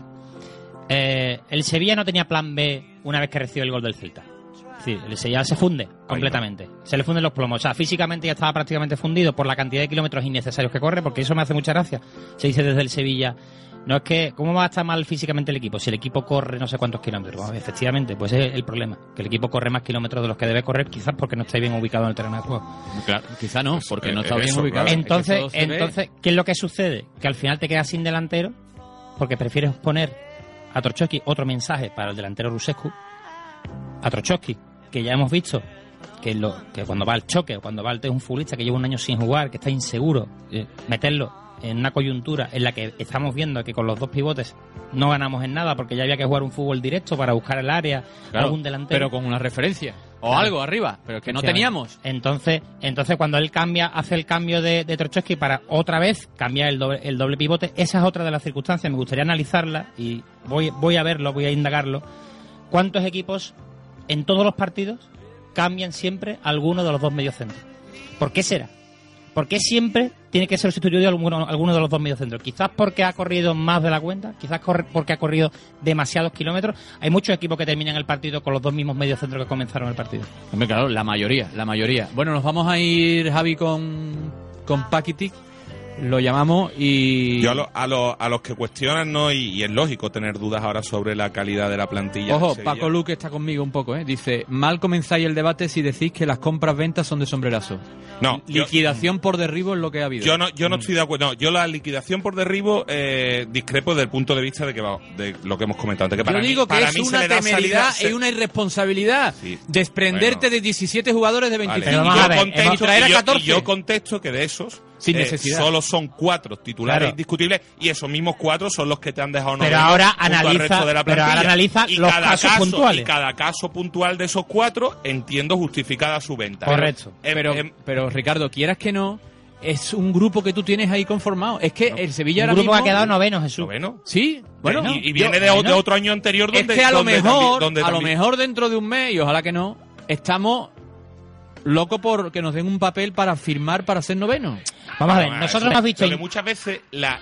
El Sevilla no tenía plan B una vez que recibe el gol del Celta. Sí, ya se funde completamente. Se le funden los plomos. O sea, físicamente ya estaba prácticamente fundido por la cantidad de kilómetros innecesarios que corre, porque eso me hace mucha gracia. Se dice desde el Sevilla, no es que, ¿cómo va a estar mal físicamente el equipo? Si el equipo corre no sé cuántos kilómetros. Bueno, efectivamente, pues es el problema. Que el equipo corre más kilómetros de los que debe correr, quizás porque no está bien ubicado en el terreno de juego. Claro, quizás no, porque no está bien ubicado. Entonces, ¿qué es lo que sucede? Que al final te quedas sin delantero, porque prefieres poner a Trochowski otro mensaje para el delantero Rusescu, a Trochowski, que ya hemos visto que cuando va al choque o cuando va al es un futbolista que lleva un año sin jugar, que está inseguro, meterlo en una coyuntura en la que estamos viendo que con los dos pivotes no ganamos en nada porque ya había que jugar un fútbol directo para buscar el área, claro, algún delantero. Pero con una referencia o algo arriba, pero que no teníamos. Entonces cuando él hace el cambio de Trochowski para otra vez cambiar el doble pivote, esa es otra de las circunstancias. Me gustaría analizarla y voy a verlo, voy a indagarlo. ¿Cuántos equipos en todos los partidos cambian siempre alguno de los dos mediocentros? ¿Por qué será? ¿Por qué siempre tiene que ser sustituido alguno de los dos mediocentros? Quizás porque ha corrido más de la cuenta, quizás porque ha corrido demasiados kilómetros. Hay muchos equipos que terminan el partido con los dos mismos mediocentros que comenzaron el partido. Hombre, claro, la mayoría. Bueno, nos vamos a ir, Javi, con Pakitic. Lo llamamos y... Yo a los que cuestionan, ¿no? Y es lógico tener dudas ahora sobre la calidad de la plantilla. Ojo, Paco Luque está conmigo un poco, ¿eh? Dice, mal comenzáis el debate si decís que las compras-ventas son de sombrerazo. No. Liquidación por derribo es lo que ha habido. Yo no estoy de acuerdo. No, yo la liquidación por derribo discrepo desde el punto de vista de lo que hemos comentado antes. Que yo digo que es una temeridad y una irresponsabilidad desprenderte de 17 jugadores de 25 y traer a 14. Y yo contesto que de esos sin necesidad. Solo son 4 titulares indiscutibles y esos mismos 4 son los que te han dejado pero ahora analiza los casos puntuales. Y cada caso puntual de esos 4 entiendo justificada su venta. Correcto. Pero Ricardo, quieras que no, es un grupo que tú tienes ahí conformado. Es que el Sevilla ahora mismo... Un grupo que ha quedado noveno, Jesús. ¿Noveno? Sí. Bueno, y viene de otro año anterior donde... Es que a lo mejor dentro de un mes, y ojalá que no, estamos locos por que nos den un papel para firmar para ser noveno. Vamos a ver, nosotros hemos visto... Porque muchas veces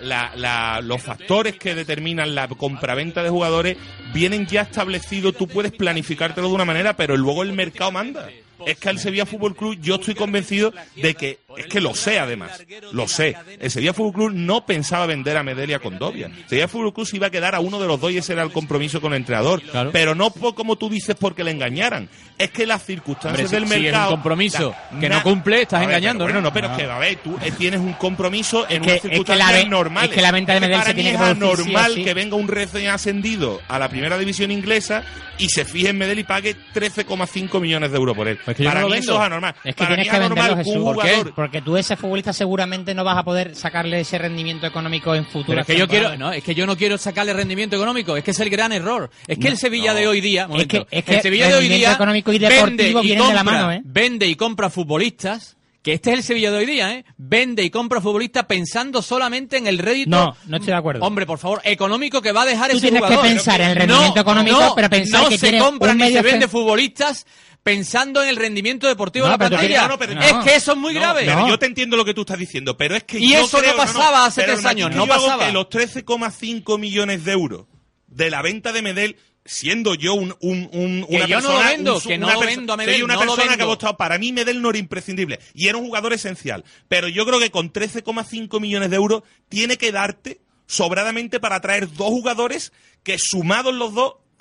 los factores que determinan la compraventa de jugadores vienen ya establecidos, tú puedes planificártelo de una manera, pero luego el mercado manda. Es que el Sevilla Fútbol Club, yo estoy convencido de que, es que lo sé además, lo sé. El Sevilla Fútbol Club no pensaba vender a Medel y a Condovia. El Sevilla Fútbol Club se iba a quedar a uno de los dos y ese era el compromiso con el entrenador. Claro. Pero no como tú dices porque le engañaran. Es que las circunstancias del mercado... Si es un compromiso que no cumple, estás engañando. Pero es que, a ver, tú tienes un compromiso en unas circunstancias normales. Es que la venta de Medel se tiene que producir. Es normal que venga un recién ascendido a la primera división inglesa y se fije en Medel y pague 13,5 millones de euros por él. Pues para mí eso es anormal. Es que tienes que venderlo, Jesús. ¿Por qué? Porque tú ese futbolista seguramente no vas a poder sacarle ese rendimiento económico en futuro. Es que yo no quiero sacarle rendimiento económico. Es que es el gran error. Es que el Sevilla de hoy día... el Sevilla de hoy día económico y deportivo vienen de la mano, vende y compra futbolistas... Que este es el Sevilla de hoy día, ¿eh? Vende y compra futbolistas pensando solamente en el rédito... No estoy de acuerdo. Hombre, por favor, económico que va a dejar ese jugador. Tú tienes que pensar en el rendimiento económico, pero pensar que tiene un medio... No se compran ni se vende futbolistas pensando en el rendimiento deportivo de la plantilla. Es que eso es muy grave. Yo te entiendo lo que tú estás diciendo, pero es que y eso no pasaba hace 3 años, no pasaba. Que los 13,5 millones de euros de la venta de Medel... Siendo yo una persona... yo no lo vendo, no lo vendo a Medel, soy una persona que ha apostado. Para mí Medel no era imprescindible y era un jugador esencial. Pero yo creo que con 13,5 millones de euros tiene que darte sobradamente para traer 2 jugadores que sumados los dos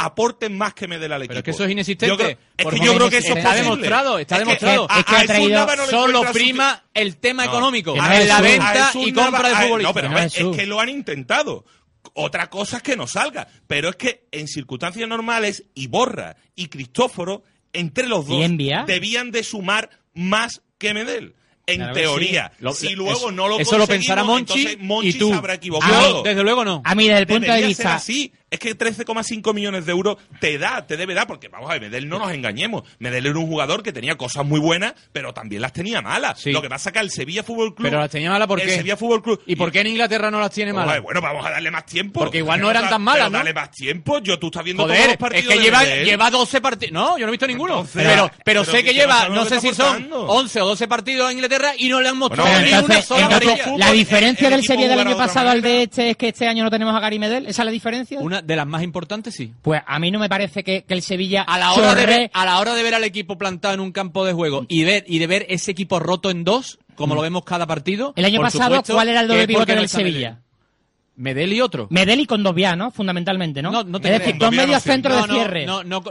aporten más que Medel al equipo. Pero es que eso es inexistente. Yo creo que eso está es demostrado. Es que ha traído solo prima el tema económico, en la venta y compra de futbolistas. No, pero es que lo han intentado. Otra cosa es que no salga, pero es que en circunstancias normales Iborra y Cristóforo, entre los dos, debían de sumar más que Medel. En teoría. Sí. Si luego no lo eso lo pensará Monchi, entonces Monchi y tú. se habrá equivocado. Desde luego no. A mí, desde el punto de vista... ser así. Es que 13,5 millones de euros te debe dar, porque vamos a ver, Medel, no nos engañemos. Medel era un jugador que tenía cosas muy buenas, pero también las tenía malas. Sí. Lo que pasa es que el Sevilla Fútbol Club... Pero las tenía malas, ¿por qué? El Sevilla Fútbol Club... ¿Y por qué en Inglaterra no las tiene malas? Bueno, vamos a darle más tiempo. Porque igual no eran tan malas, ¿no? Dale más tiempo. Tú estás viendo todos los partidos. Es que lleva 12 partidos. No, yo no he visto ninguno. Entonces, pero sé que lleva, no sé si son 11 o 12 partidos en Inglaterra y no le han mostrado ni una sola amarilla. ¿La diferencia del Sevilla del año pasado al de este es que este año no tenemos a Gary Medel? ¿Esa es la diferencia? Una de las más importantes, sí. Pues a mí no me parece que el Sevilla a la hora de ver al equipo plantado en un campo de juego y de ver ese equipo roto en dos, como lo vemos cada partido. El año pasado, ¿cuál era el doble pivote del Sevilla? Medel y otro. Medel y Condovia, ¿no? Fundamentalmente, ¿no? No es decir, dos medios centros de cierre.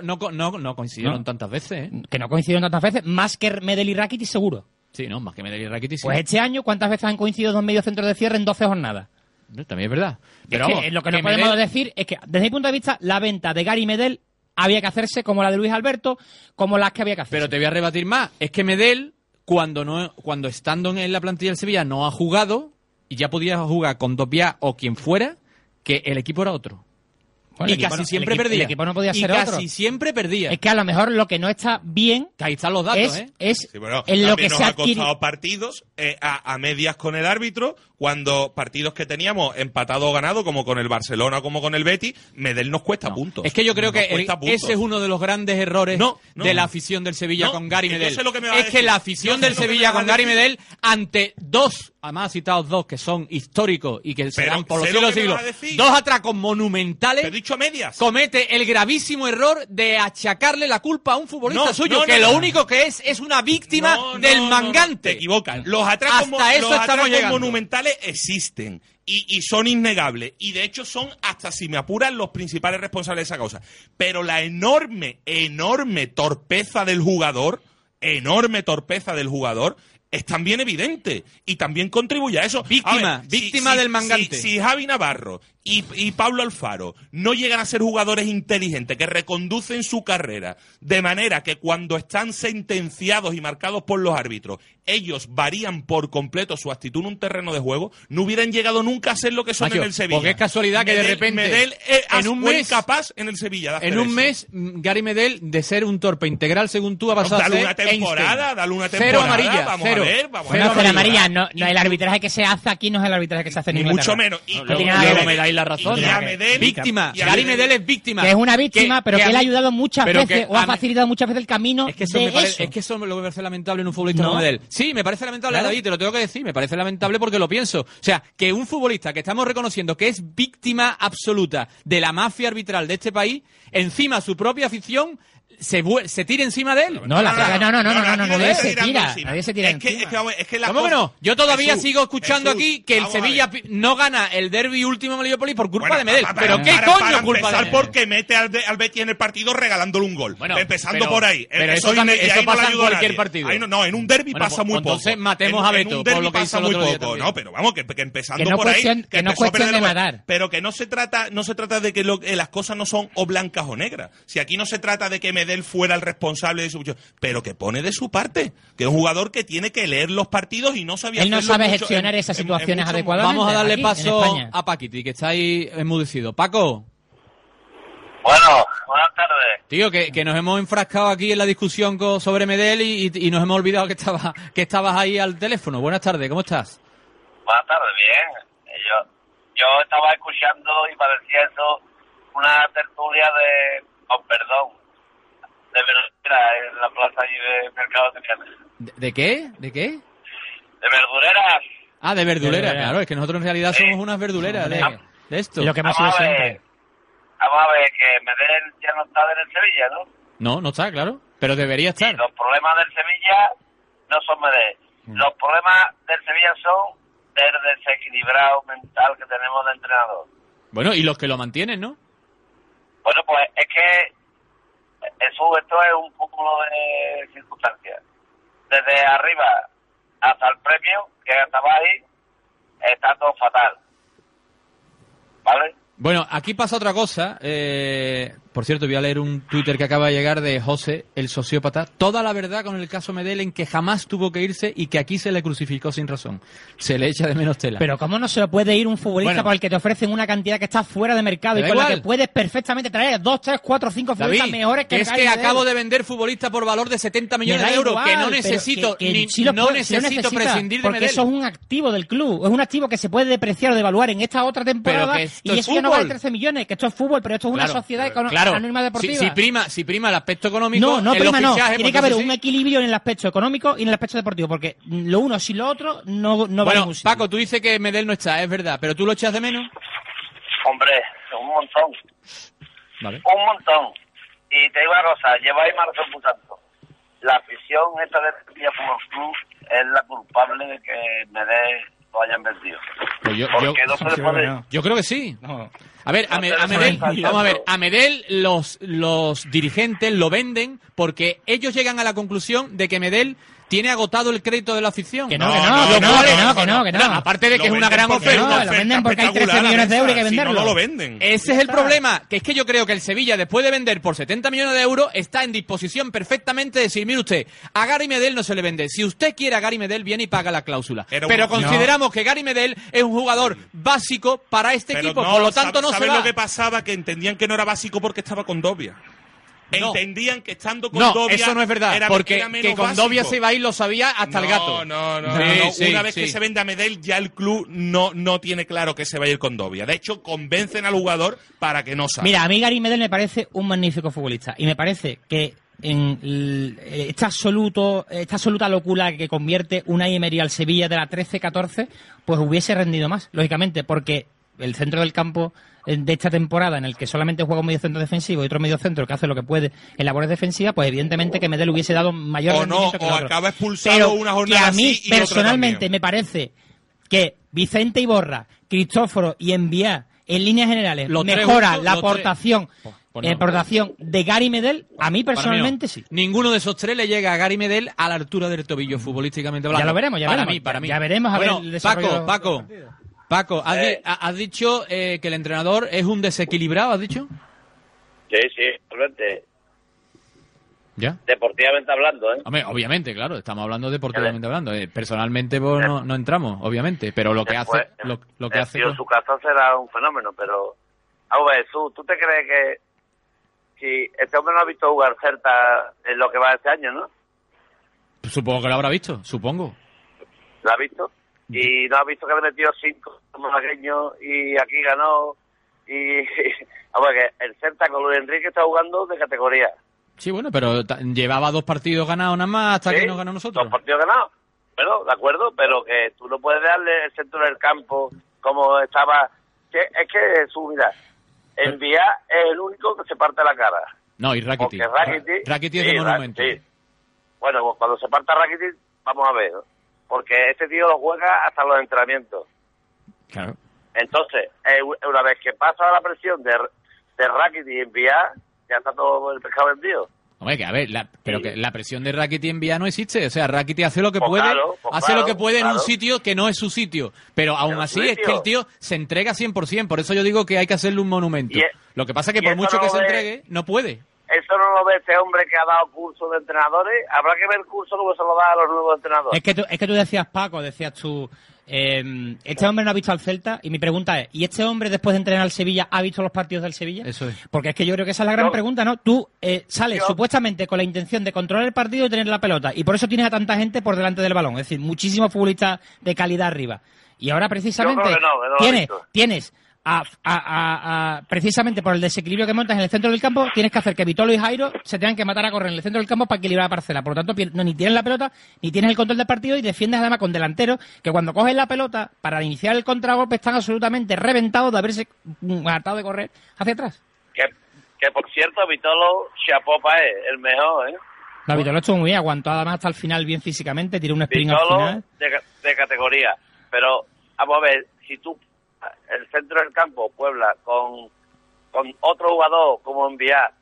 No coincidieron tantas veces, ¿eh? Que no coincidieron tantas veces, más que Medel y Rakitic seguro. Sí, no, más que Medel y Rakitic sí. Pues este año, ¿cuántas veces han coincidido dos medios centros de cierre en 12 jornadas? También es verdad. Pero es que lo que no podemos decir es que, desde mi punto de vista, la venta de Gary Medel había que hacerse como la de Luis Alberto, como las que había que hacer. Pero te voy a rebatir más. Es que Medel, cuando estando en la plantilla del Sevilla no ha jugado, y ya podía jugar con Dopiá o quien fuera, que el equipo era otro. Bueno, y casi siempre perdía. El equipo no podía ser otro. Y casi siempre perdía. Es que a lo mejor lo que no está bien... Que ahí están los datos, es en lo que se ha costado partidos a medias con el árbitro, cuando partidos que teníamos empatado o ganado, como con el Barcelona como con el Betis, Medel nos cuesta puntos. Es que yo creo que ese es uno de los grandes errores de la afición del Sevilla con Gary Medel. Es que la afición del Sevilla con Gary Medel, ante dos, además citados dos, que son históricos y que serán por los siglos, dos atracos monumentales, dicho a medias. Comete el gravísimo error de achacarle la culpa a un futbolista suyo, que lo único que es una víctima del mangante. Te equivocas. Los atracos monumentales existen y son innegables. Y de hecho son, hasta si me apuran, los principales responsables de esa causa. Pero la enorme torpeza del jugador, es también evidente y también contribuye a eso. Víctima del mangante. Si Javi Navarro y Pablo Alfaro no llegan a ser jugadores inteligentes que reconducen su carrera de manera que cuando están sentenciados y marcados por los árbitros, ellos varían por completo su actitud en un terreno de juego, no hubieran llegado nunca a ser lo que son en el Sevilla. Porque es casualidad que de repente Medel en un mes capaz en el Sevilla. En un mes, Gary Medel, de ser un torpe integral, según tú, ha pasado a ser dale una temporada. Cero amarilla. Vamos a ver. Cero amarilla. No, el arbitraje que se hace aquí no es el arbitraje que se hace en Inglaterra. Ni mucho menos. Luego me dais la razón. Víctima. Gary Medel es víctima. Que es una víctima, pero que él ha ayudado muchas veces o ha facilitado muchas veces el camino es que eso lo me parece lamentable en un futbolista como Medel. Sí, me parece lamentable, David, te lo tengo que decir. Me parece lamentable porque lo pienso. O sea, que un futbolista que estamos reconociendo que es víctima absoluta de la mafia arbitral de este país, encima su propia afición se tira encima de él. Nadie se tira. Nadie se tira encima. ¿Cómo que no? Yo todavía sigo escuchando aquí que el Sevilla no gana el derbi último en Heliópolis por culpa de Medel. ¿Pero qué coño culpa de Medel? Porque mete al Betis en el partido regalándole un gol. Empezando por ahí. Pero eso pasa en cualquier partido. No, en un derbi pasa muy poco. Entonces matemos a Beto por lo que hizo muy poco. No, pero vamos, que empezando por ahí. Que no es cuestión de matar. Pero que no se trata de que las cosas no son o blancas o negras. Si aquí no se trata de que Medel fuera el responsable de su mucho, pero que pone de su parte, que es un jugador que tiene que leer los partidos y no sabía. Él no sabe gestionar esas situaciones adecuadamente. Vamos a darle paso a Paquiti, que está ahí enmudecido. Paco. Bueno, buenas tardes. Tío, que nos hemos enfrascado aquí en la discusión sobre Medel y nos hemos olvidado que estabas ahí al teléfono. Buenas tardes, ¿cómo estás? Buenas tardes, bien. Yo estaba escuchando y parecía eso una tertulia de verdurera en la plaza allí de Mercado de Triana. ¿De qué? De verdureras. Ah, de verdulera, claro, es que nosotros en realidad somos unas verduleras de esto. Lo que hemos sido siempre. Vamos a ver, que Medel ya no está en el Sevilla, ¿no? No está, claro, pero debería estar. Y los problemas del Sevilla no son Medel. Los problemas del Sevilla son el desequilibrado mental que tenemos de entrenador. Bueno, y los que lo mantienen, ¿no? Bueno, pues es que esto es un cúmulo de circunstancias. Desde arriba hasta el premio, que estaba ahí, está todo fatal. ¿Vale? Bueno, aquí pasa otra cosa. Por cierto, voy a leer un Twitter que acaba de llegar de José, el sociópata. Toda la verdad con el caso Medel, en que jamás tuvo que irse y que aquí se le crucificó sin razón. Se le echa de menos tela. Pero ¿cómo no se lo puede ir un futbolista por el que te ofrecen una cantidad que está fuera de mercado y con la que puedes perfectamente traer 2, 3, 4, 5 futbolistas mejores que es que acabo de vender futbolista por valor de 70 millones de euros, que no necesito, no necesito prescindir de Medel. Porque eso es un activo del club, es un activo que se puede depreciar o devaluar en esta otra temporada y eso ya no vale 13 millones, que esto es fútbol, pero esto es una sociedad anónima deportiva. Si prima el aspecto económico, no prima, no. Tiene que haber un equilibrio en el aspecto económico y en el aspecto deportivo, porque lo uno sin lo otro no va a ningún sitio. Bueno, Paco, tú dices que Medel no está, es verdad, pero ¿tú lo echas de menos? Hombre, un montón. Vale. Un montón. Y te digo una cosa, lleváis más razón por tanto. La afición esta de Sevilla Fútbol Club es la culpable de que Medel lo hayan vendido. Pues yo creo que sí. No. A ver, a Medel los dirigentes lo venden porque ellos llegan a la conclusión de que Medel tiene agotado el crédito de la afición. Que no. Aparte de que es una gran oferta. Lo venden porque hay 13 millones de euros y hay que venderlo. No lo venden. Ese es el problema, que es que yo creo que el Sevilla, después de vender por 70 millones de euros, está en disposición perfectamente de decir, mire usted, a Gary Medel no se le vende. Si usted quiere a Gary Medel, viene y paga la cláusula. Pero consideramos que Gary Medel es un jugador básico para este equipo, por lo tanto no se va. ¿Sabes lo que pasaba? Que entendían que no era básico porque estaba con Dobia. Entendían que estando con Dobia... No, eso no es verdad, porque que con Dobia se iba a ir lo sabía hasta el gato. No. Una vez que se vende a Medel, ya el club no tiene claro que se va a ir con Dobia. De hecho, convencen al jugador para que no salga. Mira, a mí Gary Medel me parece un magnífico futbolista y me parece que en esta absoluta locura que convierte Unai Emery al Sevilla de la 13-14, pues hubiese rendido más, lógicamente, porque el centro del campo de esta temporada, en el que solamente juega un mediocentro defensivo y otro mediocentro que hace lo que puede en labores defensivas, pues evidentemente que Medel hubiese dado mayor rendimiento que el otro. Acaba expulsado una jornada que a mí así y personalmente me parece que Vicente Iborra, Cristóforo y Enviá en líneas generales mejora la aportación de Gary Medel. A mí personalmente sí. Ninguno de esos tres le llega a Gary Medel a la altura del tobillo futbolísticamente hablando. Ya lo veremos, para mí. Ya veremos a ver el desarrollo. Paco, ¿has dicho que el entrenador es un desequilibrado, has dicho? Sí, realmente. ¿Ya? Deportivamente hablando, ¿eh? Hombre, obviamente, claro, estamos hablando deportivamente hablando. Personalmente no entramos, obviamente, pero lo que hace... Lo que hace en su caso será un fenómeno, pero... A ver, ¿tú te crees que si este hombre no ha visto jugar Celta en lo que va este año, no? Supongo que lo habrá visto, supongo. ¿Lo ha visto? Y no ha visto que ha metido 5 malagueños y aquí ganó. Y vamos, que el Celta con Luis Enrique está jugando de categoría. Sí, bueno, pero llevaba 2 partidos ganados nada más hasta que nos ganó nosotros. 2 partidos ganados. Bueno, de acuerdo, pero que tú no puedes darle el centro del campo como estaba. Es que su mira, Enviá es el único que se parte la cara. No, y Rakitic. Rakitic es de monumento. Sí. Bueno, pues cuando se parta Rakitic, vamos a ver, ¿no? Porque este tío lo juega hasta los entrenamientos. Claro. Entonces, una vez que pasa la presión de Rakitic y Enviá, ya está todo el pescado vendido. Hombre, que a ver, que la presión de Rakitic en Vía no existe. O sea, Rakitic hace lo que puede, lo que puede en un sitio que no es su sitio. Pero aún así es que el tío se entrega 100%. Por eso yo digo que hay que hacerle un monumento. Lo que pasa es que por mucho que se entregue, no puede. Eso no lo ve este hombre que ha dado curso de entrenadores. Habrá que ver el curso como se lo da a los nuevos entrenadores. Es que tú decías, Paco, este hombre no ha visto al Celta, y mi pregunta es, ¿y este hombre después de entrenar al Sevilla ha visto los partidos del Sevilla? Eso es. Porque es que yo creo que esa es la gran pregunta, ¿no? Tú sales supuestamente con la intención de controlar el partido y tener la pelota, y por eso tienes a tanta gente por delante del balón, es decir, muchísimos futbolistas de calidad arriba. Y ahora precisamente tienes precisamente por el desequilibrio que montas en el centro del campo, tienes que hacer que Vitolo y Jairo se tengan que matar a correr en el centro del campo para equilibrar la parcela. Por lo tanto, ni tienes la pelota, ni tienes el control del partido, y defiendes además con delanteros que cuando cogen la pelota para iniciar el contragolpe están absolutamente reventados de haberse hartado de correr hacia atrás. Que por cierto, Vitolo Chapopa es el mejor, ¿eh? No, Vitolo estuvo muy bien, aguantó además hasta el final bien físicamente, tiró un sprint Vitolo al final. De categoría. Pero, vamos a ver, si tú el centro del campo, Puebla, con con otro jugador como enviar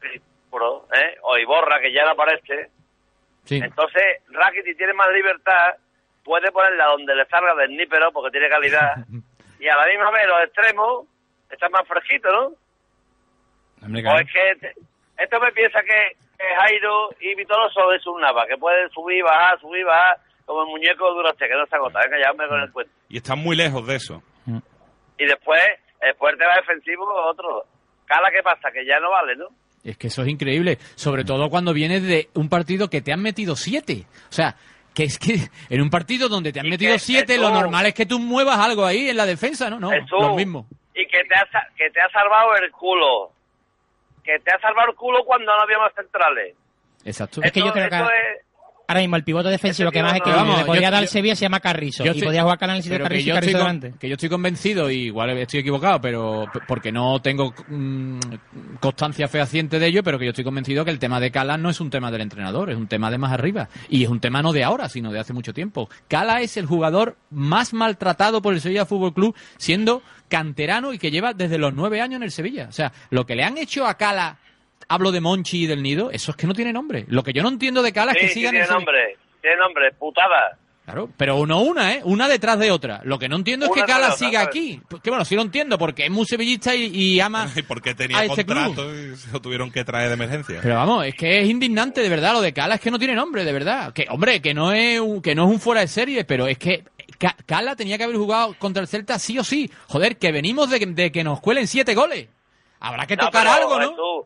o Iborra, que ya no aparece, entonces Rakitic tiene más libertad, puede ponerla donde le salga del nípero porque tiene calidad, y a la misma vez los extremos están más fresquitos, ¿no? Hombre, claro. O es que esto me piensa que Jairo y Vitoloso es un Nava, que puede subir, bajar, como el muñeco de Duraste, que no se agota. Venga, ya me con el cuento. Y están muy lejos de eso. Y después, el tema defensivo, otro. Cala, ¿qué pasa? Que ya no vale, ¿no? Es que eso es increíble, sobre todo cuando vienes de un partido que te han metido 7. O sea, que es que en un partido donde te han metido 7, lo normal es que tú muevas algo ahí en la defensa, ¿no? No, lo mismo. Y que te ha salvado el culo. Que te ha salvado el culo cuando no había más centrales. Exacto. Es que yo creo que ahora mismo el pivote defensivo que más es que le podría dar el Sevilla se llama Carrizo. Y podía jugar Canal de Carrizo y Carrizo delante. Que yo estoy convencido, y igual estoy equivocado, pero porque no tengo constancia fehaciente de ello, pero que yo estoy convencido que el tema de Cala no es un tema del entrenador, es un tema de más arriba. Y es un tema no de ahora, sino de hace mucho tiempo. Cala es el jugador más maltratado por el Sevilla Fútbol Club, siendo canterano y que lleva desde los 9 años en el Sevilla. O sea, lo que le han hecho a Cala... Hablo de Monchi y del Nido, eso es que no tiene nombre. Lo que yo no entiendo de Cala es que sigan... Tiene nombre, putada. Claro, pero no una detrás de otra. Lo que no entiendo es que Cala siga aquí. Que bueno, sí lo entiendo, porque es muy sevillista y ama ¿Y por qué tenía contrato y se lo tuvieron que traer de emergencia? Pero vamos, es que es indignante, de verdad, lo de Cala es que no tiene nombre, de verdad. Que hombre, que no es un fuera de serie, pero es que Cala tenía que haber jugado contra el Celta sí o sí. Joder, que venimos de que nos cuelen 7 goles. Habrá que tocar algo, ¿no?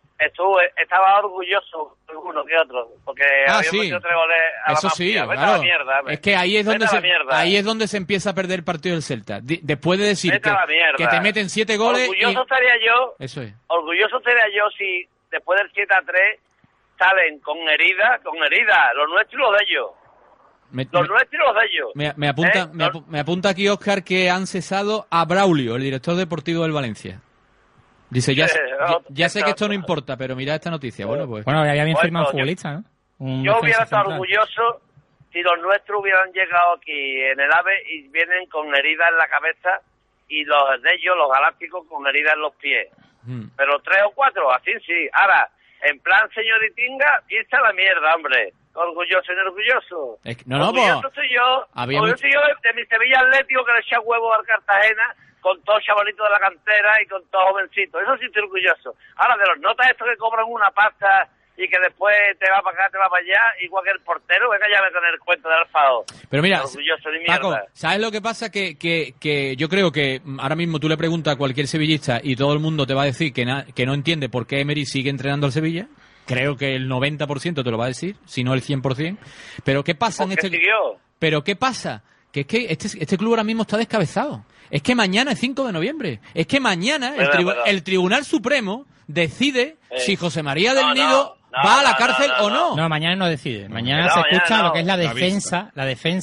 Estaba orgulloso uno que otro, porque había metido 3 goles a eso la sí, mafia. claro. La mierda, es que ahí es donde se empieza a perder el partido del Celta. Después de decir que te meten 7 goles. Orgulloso estaría yo. Eso es. Orgulloso estaría yo si después del 7-3 salen con heridas, los nuestros y los de ellos. Los nuestros y los de ellos. Me apunta aquí Óscar que han cesado a Braulio, el director deportivo del Valencia. Dice, ya sé que esto no importa, pero mira esta noticia. Bueno, había bien firmado un futbolista, ¿no? Yo hubiera estado orgulloso si los nuestros hubieran llegado aquí en el AVE y vienen con heridas en la cabeza y los de ellos, los galácticos, con heridas en los pies. Pero 3 o 4, así sí. Ahora, en plan señoritinga, irse a la mierda, hombre. Orgulloso y orgulloso. Orgulloso soy yo. Orgulloso soy yo de mi Sevilla Atlético que le echa huevos al Cartagena, con todos chavalitos de la cantera y con todos jovencitos. Eso sí estoy orgulloso. Ahora, de los notas estos que cobran una pasta y que después te va para acá, te va para allá, igual que el portero, venga ya con el cuento de Alfao. Pero mira, orgulloso ni mierda. Paco, ¿sabes lo que pasa? Que yo creo que ahora mismo tú le preguntas a cualquier sevillista y todo el mundo te va a decir que no entiende por qué Emery sigue entrenando al Sevilla. Creo que el 90% te lo va a decir, si no el 100%. Pero ¿qué pasa en este... Pero ¿qué pasa? Que es que este club ahora mismo está descabezado. Es que mañana es 5 de noviembre. Es que mañana el Tribunal Supremo decide si José María del Nido va a la cárcel o no. No, mañana no decide. Mañana se escucha lo que es la defensa.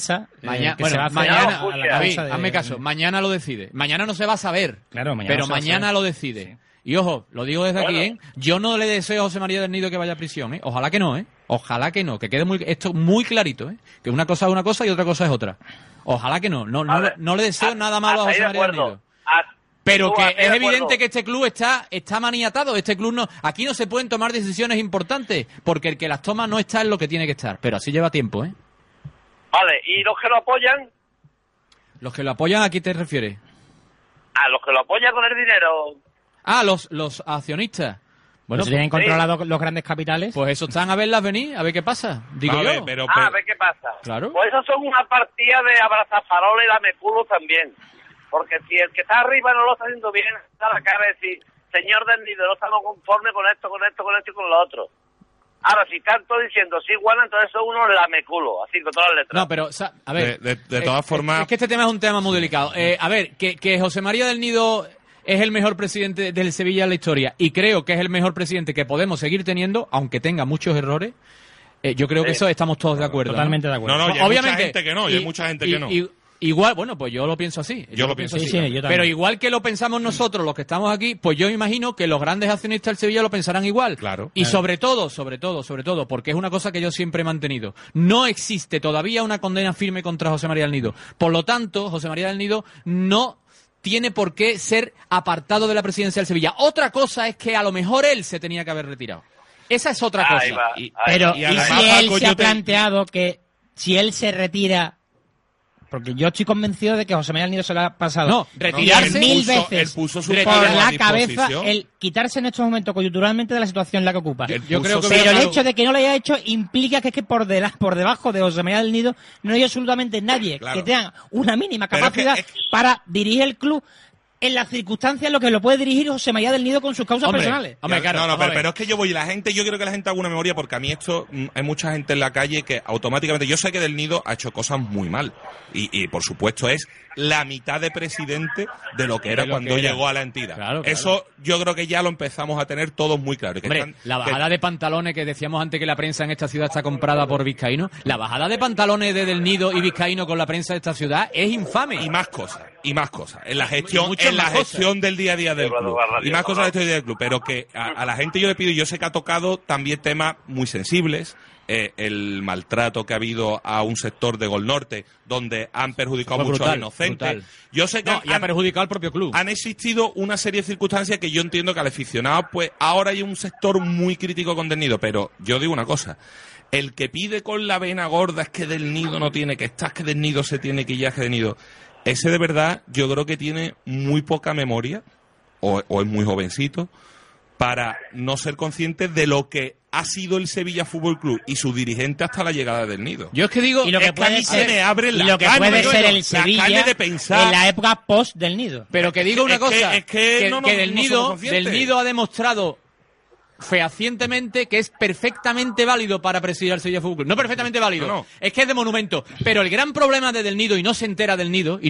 Mañana, David, hazme caso. Mañana lo decide. Mañana no se va a saber. Claro, mañana lo decide. Sí. Y ojo, lo digo desde aquí, yo no le deseo a José María del Nido que vaya a prisión, Ojalá que no, Ojalá que no, que quede esto muy clarito, Que una cosa es una cosa y otra cosa es otra. Ojalá que no. No le deseo nada malo a José María del Nido. Pero que es evidente que este club está maniatado. Este club aquí no se pueden tomar decisiones importantes, porque el que las toma no está en lo que tiene que estar. Pero así lleva tiempo, Vale, ¿y los que lo apoyan? ¿Los que lo apoyan a quién te refieres? A los que lo apoyan con el dinero. Los accionistas. Bueno, si tienen controlado los grandes capitales. Pues eso están a verlas venir, a ver qué pasa. Digo yo. A ver qué pasa. Claro. Pues eso son una partida de abrazafarola y lameculo también. Porque si el que está arriba no lo está haciendo bien, está la cara de decir, señor del Nido, no estamos conformes con esto y con lo otro. Ahora, si están todos diciendo sí, igual, entonces son unos lameculos, así con todas las letras. No, pero, a ver. De todas formas. Es que este tema es un tema muy delicado. A ver, que José María del Nido es el mejor presidente del Sevilla en la historia y creo que es el mejor presidente que podemos seguir teniendo, aunque tenga muchos errores. Yo creo que eso estamos todos de acuerdo. Totalmente de acuerdo. No, y hay mucha gente que no, hay mucha gente que no. Igual, bueno, pues yo lo pienso así. Yo lo pienso así. Sí, yo también. Pero igual que lo pensamos nosotros, los que estamos aquí, pues yo imagino que los grandes accionistas del Sevilla lo pensarán igual. Claro. Y sobre todo, porque es una cosa que yo siempre he mantenido. No existe todavía una condena firme contra José María del Nido. Por lo tanto, José María del Nido no tiene por qué ser apartado de la presidencia del Sevilla. Otra cosa es que a lo mejor él se tenía que haber retirado. Esa es otra cosa. Pero ¿y si él se ha planteado que si él se retira? Porque yo estoy convencido de que José María del Nido se lo ha pasado. No, retirarse mil veces por la cabeza el quitarse en estos momentos coyunturalmente de la situación en la que ocupa. Yo creo que pero el hecho de que no lo haya hecho implica que es que por debajo de José María del Nido no hay absolutamente nadie que tenga una mínima capacidad para dirigir el club en las circunstancias en lo que lo puede dirigir José María del Nido con sus causas personales. Pero es que yo quiero que la gente haga una memoria, porque a mí hay mucha gente en la calle que automáticamente, yo sé que del Nido ha hecho cosas muy mal, y por supuesto es la mitad de presidente de lo que era cuando llegó a la entidad. Claro. Eso yo creo que ya lo empezamos a tener todos muy claro. La bajada de pantalones que decíamos antes, que la prensa en esta ciudad está comprada por Vizcaíno, la bajada de pantalones de Del Nido y Vizcaíno con la prensa de esta ciudad es infame. Y más cosas. En la gestión del día a día del club. Y más cosas de del club. Pero que a la gente yo le pido, yo sé que ha tocado también temas muy sensibles. El maltrato que ha habido a un sector de Gol Norte, donde han perjudicado mucho a inocentes. Brutal. Yo sé que y ha perjudicado al propio club. Han existido una serie de circunstancias que yo entiendo que al aficionado, pues ahora hay un sector muy crítico con Del Nido, pero yo digo una cosa. El que pide con la vena gorda es que Del Nido no tiene que estar, que Del Nido se tiene que ir, que Del Nido. Ese de verdad yo creo que tiene muy poca memoria, o es muy jovencito, para no ser consciente de lo que ha sido el Sevilla Fútbol Club y su dirigente hasta la llegada del Nido. Yo es que digo, y lo que puede ser el Sevilla de pensar, en la época post del Nido. Pero que digo una cosa, que del Nido ha demostrado fehacientemente que es perfectamente válido para presidir al Sevilla Fútbol Club. No perfectamente válido, es que es de monumento. Pero el gran problema de Del Nido, y no se entera del Nido,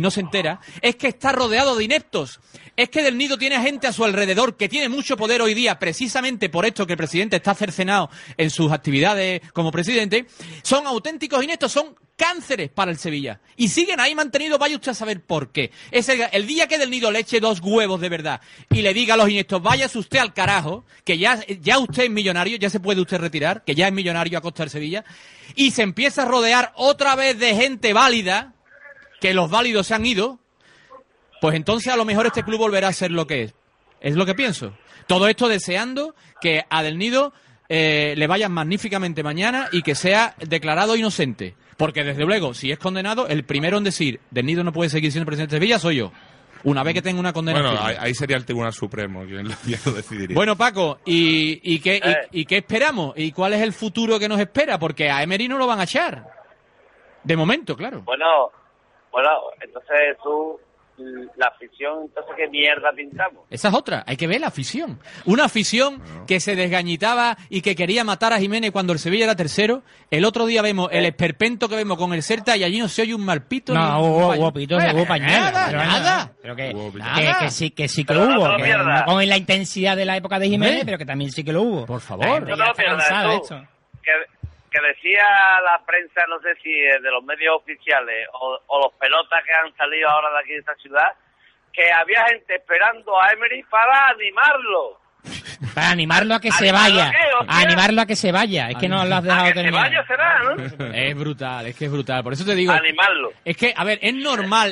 es que está rodeado de ineptos. Es que Del Nido tiene gente a su alrededor que tiene mucho poder hoy día, precisamente por esto que el presidente está cercenado en sus actividades como presidente. Son auténticos ineptos, son cánceres para el Sevilla. Y siguen ahí mantenidos, vaya usted a saber por qué. El día que Del Nido le eche 2 huevos de verdad y le diga a los ineptos, váyase usted al carajo, que ya usted es millonario, ya se puede usted retirar, que ya es millonario a costa del Sevilla, y se empieza a rodear otra vez de gente válida, que los válidos se han ido, pues entonces a lo mejor este club volverá a ser lo que es. Es lo que pienso. Todo esto deseando que a Del Nido le vayan magníficamente mañana y que sea declarado inocente. Porque desde luego, si es condenado, el primero en decir Del Nido no puede seguir siendo presidente de Sevilla soy yo. Una vez que tenga una condena. Bueno, ahí sería el Tribunal Supremo quien lo decidiría. Bueno, Paco, ¿y qué esperamos? ¿Y cuál es el futuro que nos espera? Porque a Emery no lo van a echar. De momento, claro. Bueno, entonces tú... La afición, entonces, ¿qué mierda pintamos? Esa es otra, hay que ver la afición. Una afición que se desgañitaba y que quería matar a Jiménez cuando el Sevilla era tercero. El otro día vemos el esperpento que vemos con el Celta y allí no se oye un mal pito. No, hubo pitos, hubo pañuelos. Nada. Pero que sí que hubo. Que no con la intensidad de la época de Jiménez, pero que también sí que lo hubo. Por favor. Ya está cansada de esto. Que decía la prensa, no sé si de los medios oficiales o los pelotas que han salido ahora de aquí de esta ciudad, que había gente esperando a Emery para animarlo. Para animarlo a que se vaya. A animarlo a que se vaya. Es que no lo has dejado terminar. Que se vaya será, ¿no? Es brutal. Por eso te digo. Animarlo. Es que, a ver, es normal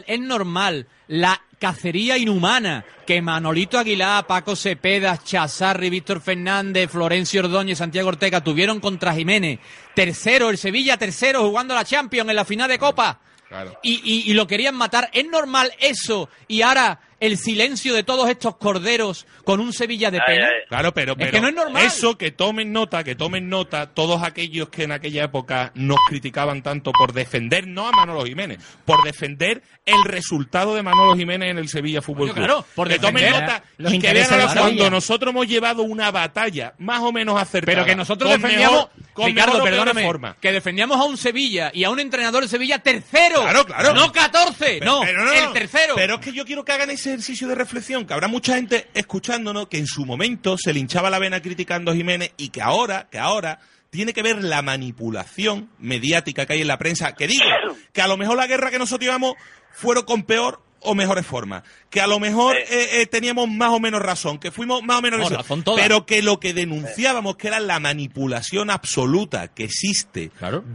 la cacería inhumana que Manolito Aguilar, Paco Cepeda, Chazarri, Víctor Fernández, Florencio Ordóñez, Santiago Ortega tuvieron contra Jiménez. Tercero, el Sevilla tercero jugando la Champions en la final de Copa. Claro. Y lo querían matar. ¿Es normal eso? Y ahora el silencio de todos estos corderos con un Sevilla de pena. Claro, pero es que no es normal. Eso, que tomen nota todos aquellos que en aquella época nos criticaban tanto por defender, no a Manolo Jiménez, por defender el resultado de Manolo Jiménez en el Sevilla Fútbol Club. Claro, por que tomen nota y que vean ahora cuando nosotros hemos llevado una batalla más o menos acertada. Pero que nosotros defendíamos, Ricardo, perdóname, que defendíamos a un Sevilla y a un entrenador de Sevilla tercero. Claro. No 14, no, el tercero. Pero es que yo quiero que hagan ese ejercicio de reflexión, que habrá mucha gente escuchándonos que en su momento se le hinchaba la vena criticando a Jiménez y que ahora tiene que ver la manipulación mediática que hay en la prensa, que digo que a lo mejor la guerra que nosotros llevamos fueron con peor o mejores formas, que a lo mejor teníamos más o menos razón, que fuimos más o menos pero que lo que denunciábamos que era la manipulación absoluta que existe de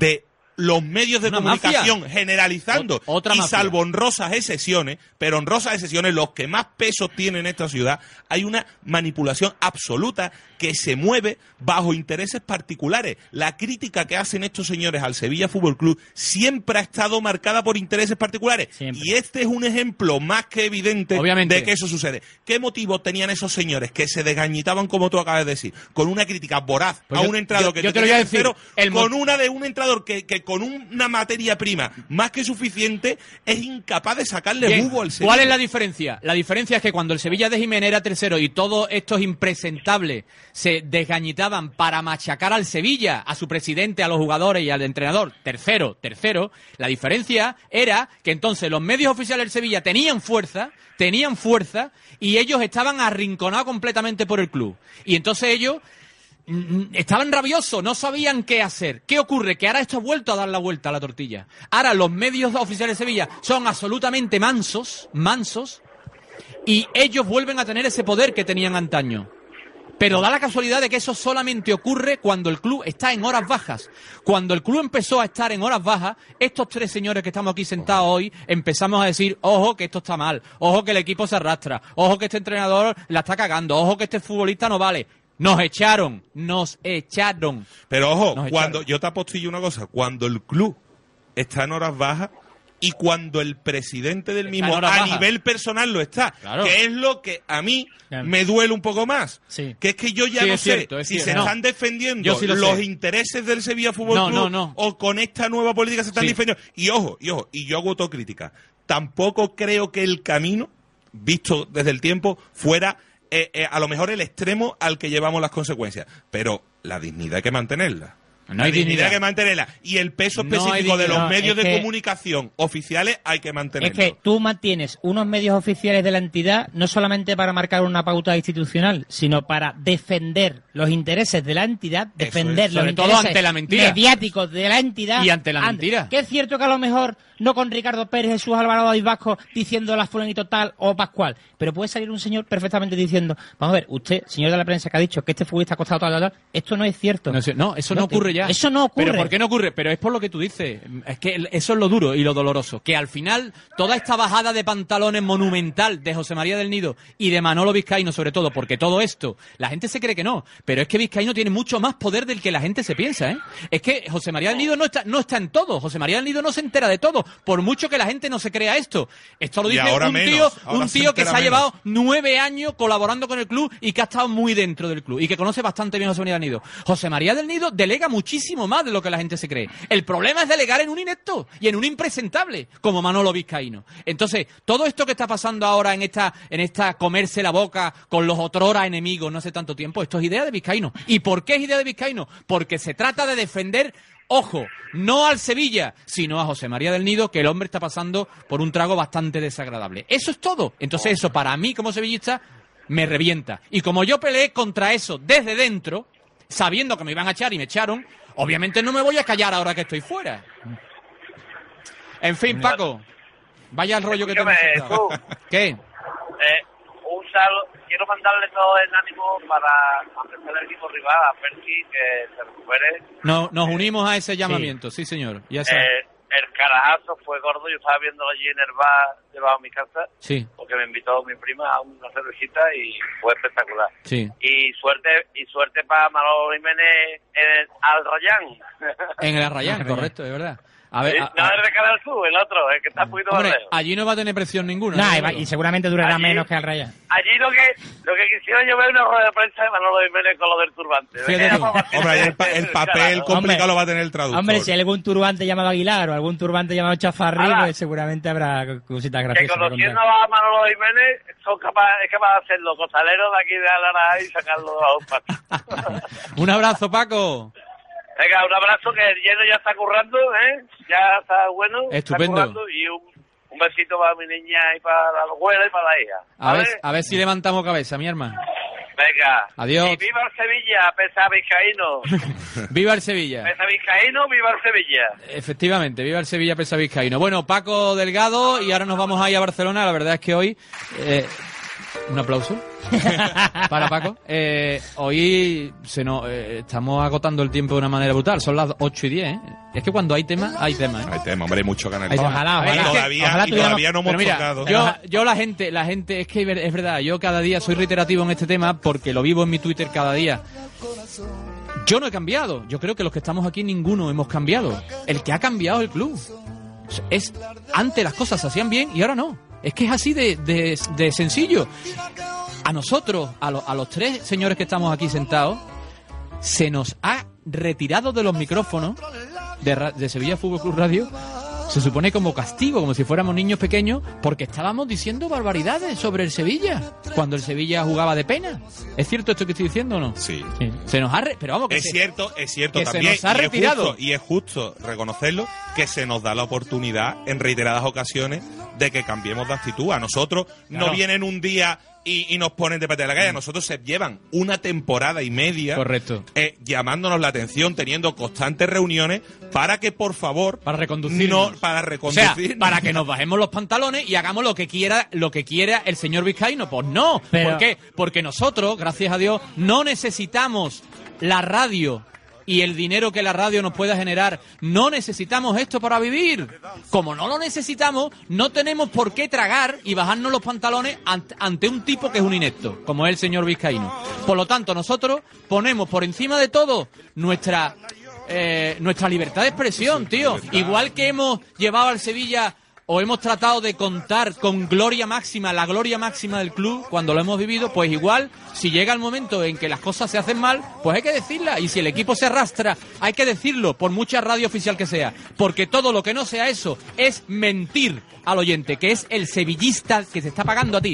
los medios de Una comunicación mafia. generalizando Otra y mafia. salvo honrosas excepciones, pero honrosas excepciones, los que más peso tienen en esta ciudad, hay una manipulación absoluta que se mueve bajo intereses particulares. La crítica que hacen estos señores al Sevilla Fútbol Club siempre ha estado marcada por intereses particulares. Siempre. Y este es un ejemplo más que evidente Obviamente. de que eso sucede. ¿Qué motivo tenían esos señores que se desgañitaban, como tú acabas de decir, con una crítica voraz Pues a yo- un entrenador que yo te lo tenía voy a decir. tercero, El con mo- una de un entrenador que con una materia prima más que suficiente es incapaz de sacarle Bien, jugo al Sevilla? ¿cuál es la diferencia? La diferencia es que cuando el Sevilla de Jiménez era tercero y todos estos impresentables se desgañitaban para machacar al Sevilla, a su presidente, a los jugadores y al entrenador, tercero, la diferencia era que entonces los medios oficiales del Sevilla tenían fuerza y ellos estaban arrinconados completamente por el club. Y entonces ellos estaban rabiosos, no sabían qué hacer. ¿Qué ocurre? Que ahora esto ha vuelto a dar la vuelta a la tortilla. Ahora los medios oficiales de Sevilla son absolutamente mansos, y ellos vuelven a tener ese poder que tenían antaño. Pero da la casualidad de que eso solamente ocurre cuando el club está en horas bajas. Cuando el club empezó a estar en horas bajas, estos tres señores que estamos aquí sentados hoy empezamos a decir, ojo que esto está mal, ojo que el equipo se arrastra, ojo que este entrenador la está cagando, ojo que este futbolista no vale. Nos echaron. Pero ojo, Nos cuando echaron. yo te apostillo una cosa, cuando el club está en horas bajas y cuando el presidente del Está mismo en horas a bajas. nivel personal lo está, Claro. que es lo que a mí Claro. me duele un poco más, Sí. que es que yo ya Sí, no es sé cierto, es si se cierto. están defendiendo Yo sí lo los sé. intereses del Sevilla Fútbol No, Club no. o con esta nueva política se están Sí. defendiendo. Y ojo, y yo hago autocrítica. Tampoco creo que el camino, visto desde el tiempo, fuera a lo mejor el extremo al que llevamos las consecuencias. Pero la dignidad hay que mantenerla. No hay La dignidad dignidad. hay que mantenerla. Y el peso No hay específico de los dignidad. medios Es de que- comunicación oficiales hay que mantenerlo. Es que tú mantienes unos medios oficiales de la entidad no solamente para marcar una pauta institucional, sino para defender los intereses de la entidad, defender es. los Sobre todo intereses ante la mentira. mediáticos de la entidad. Y ante la mentira. Que es cierto que a lo mejor no con Ricardo Pérez, Jesús Alvarado David Vasco diciendo la fulanito tal o Pascual, pero puede salir un señor perfectamente diciendo, vamos a ver, usted, señor de la prensa que ha dicho que este futbolista ha costado tal, esto no es cierto. No, eso no ocurre ya. Eso no ocurre. ¿Pero por qué no ocurre? Pero es por lo que tú dices. Es que eso es lo duro y lo doloroso. Que al final, toda esta bajada de pantalones monumental de José María del Nido y de Manolo Vizcaíno, sobre todo, porque todo esto, la gente se cree que no, pero es que Vizcaíno tiene mucho más poder del que la gente se piensa, ¿eh? Es que José María del Nido no está en todo. José María del Nido no se entera de todo, por mucho que la gente no se crea esto. Esto lo Y dice ahora un menos, ahora se tío que entera se ha menos. llevado 9 años colaborando con el club y que ha estado muy dentro del club y que conoce bastante bien a José María del Nido. José María del Nido delega muchísimo más de lo que la gente se cree. El problema es delegar en un inepto y en un impresentable como Manolo Vizcaíno. Entonces, todo esto que está pasando ahora en esta comerse la boca con los otrora enemigos no hace tanto tiempo, esto es idea de Vizcaíno. ¿Y por qué es idea de Vizcaíno? Porque se trata de defender, ojo, no al Sevilla, sino a José María del Nido, que el hombre está pasando por un trago bastante desagradable. Eso es todo. Entonces eso, para mí como sevillista, me revienta. Y como yo peleé contra eso desde dentro, sabiendo que me iban a echar y me echaron, obviamente no me voy a callar ahora que estoy fuera. En fin, Paco, vaya el rollo que te hemos Escúchame, soltado. tú. ¿Qué? Quiero mandarle todo el ánimo para empezar el equipo rival, a Perky, que se recupere. Nos unimos a ese llamamiento, sí señor. Ya sabes. El carajazo fue gordo, yo estaba viéndolo allí en el bar debajo de mi casa, Sí, porque me invitó mi prima a una cervecita y fue espectacular. sí. Y suerte para Manolo Jiménez al Rayán. En el Arrayán, correcto, de verdad. A ver, No es de Canal Sur, el otro, el que está un poquito más hombre, lejos. allí no va a tener presión ninguna. Nah, seguro. y seguramente durará Allí- menos que al Rayán. Allí lo que quisiera yo ver una rueda de prensa de Manolo Jiménez con lo del turbante. Fíjate tú. Hombre, ahí el papel complicado lo va a tener el traductor. Hombre, si hay algún turbante llamado Aguilar o algún turbante llamado Chafarrí, Ahora, pues seguramente habrá cositas Que graciosas. que conociendo contar. a Manolo Jiménez es capaz de hacerlo costalero de aquí de Alara y sacarlo a un pato. Un abrazo, Paco. Venga, un abrazo, que el lleno ya está currando, ¿eh? Ya está bueno. Estupendo. Está currando, y un besito para mi niña y para la abuela y para la hija. ¿vale? A ver si levantamos cabeza, mi hermano. Venga. Adiós. Y viva el Sevilla, pesa Vizcaíno. Viva el Sevilla. Pesa Vizcaíno, viva el Sevilla. Efectivamente, viva el Sevilla, pesa Vizcaíno. Bueno, Paco Delgado, y ahora nos vamos a ir a Barcelona. La verdad es que hoy... un aplauso para Paco. Hoy estamos agotando el tiempo de una manera brutal. Son las 8:10, ¿eh? Es que cuando hay tema, hay tema, ¿eh? Hay tema, hombre, hay mucho que analizar. Ojalá. Y todavía no hemos tocado. Yo la gente, es que es verdad, yo cada día soy reiterativo en este tema porque lo vivo en mi Twitter cada día. Yo no he cambiado. Yo creo que los que estamos aquí ninguno hemos cambiado. El que ha cambiado es el club. Antes las cosas se hacían bien y ahora no. Es que es así de sencillo. A nosotros, a los tres señores que estamos aquí sentados, se nos ha retirado de los micrófonos de Sevilla Fútbol Club Radio, se supone como castigo, como si fuéramos niños pequeños, porque estábamos diciendo barbaridades sobre el Sevilla, cuando el Sevilla jugaba de pena. ¿Es cierto esto que estoy diciendo o no? Sí. Se nos ha pero vamos, que es cierto que también, se nos ha retirado. Y es justo reconocerlo, que se nos da la oportunidad en reiteradas ocasiones de que cambiemos de actitud. A nosotros no vienen un día y nos ponen de pata de la calle. A nosotros se llevan una temporada y media, correcto, llamándonos la atención, teniendo constantes reuniones para que, por favor, para reconducirnos. O sea, para que nos bajemos los pantalones y hagamos lo que quiera el señor Vizcaíno. Pues no. ¿Por qué? Porque nosotros, gracias a Dios, no necesitamos la radio y el dinero que la radio nos pueda generar. No necesitamos esto para vivir. Como no lo necesitamos, no tenemos por qué tragar y bajarnos los pantalones ante un tipo que es un inepto, como es el señor Vizcaíno. Por lo tanto, nosotros ponemos por encima de todo nuestra libertad de expresión, tío. Igual que hemos llevado al Sevilla o hemos tratado de contar con gloria máxima, la gloria máxima del club, cuando lo hemos vivido, pues igual, si llega el momento en que las cosas se hacen mal, pues hay que decirla. Y si el equipo se arrastra, hay que decirlo, por mucha radio oficial que sea. Porque todo lo que no sea eso es mentir al oyente, que es el sevillista que te está pagando a ti.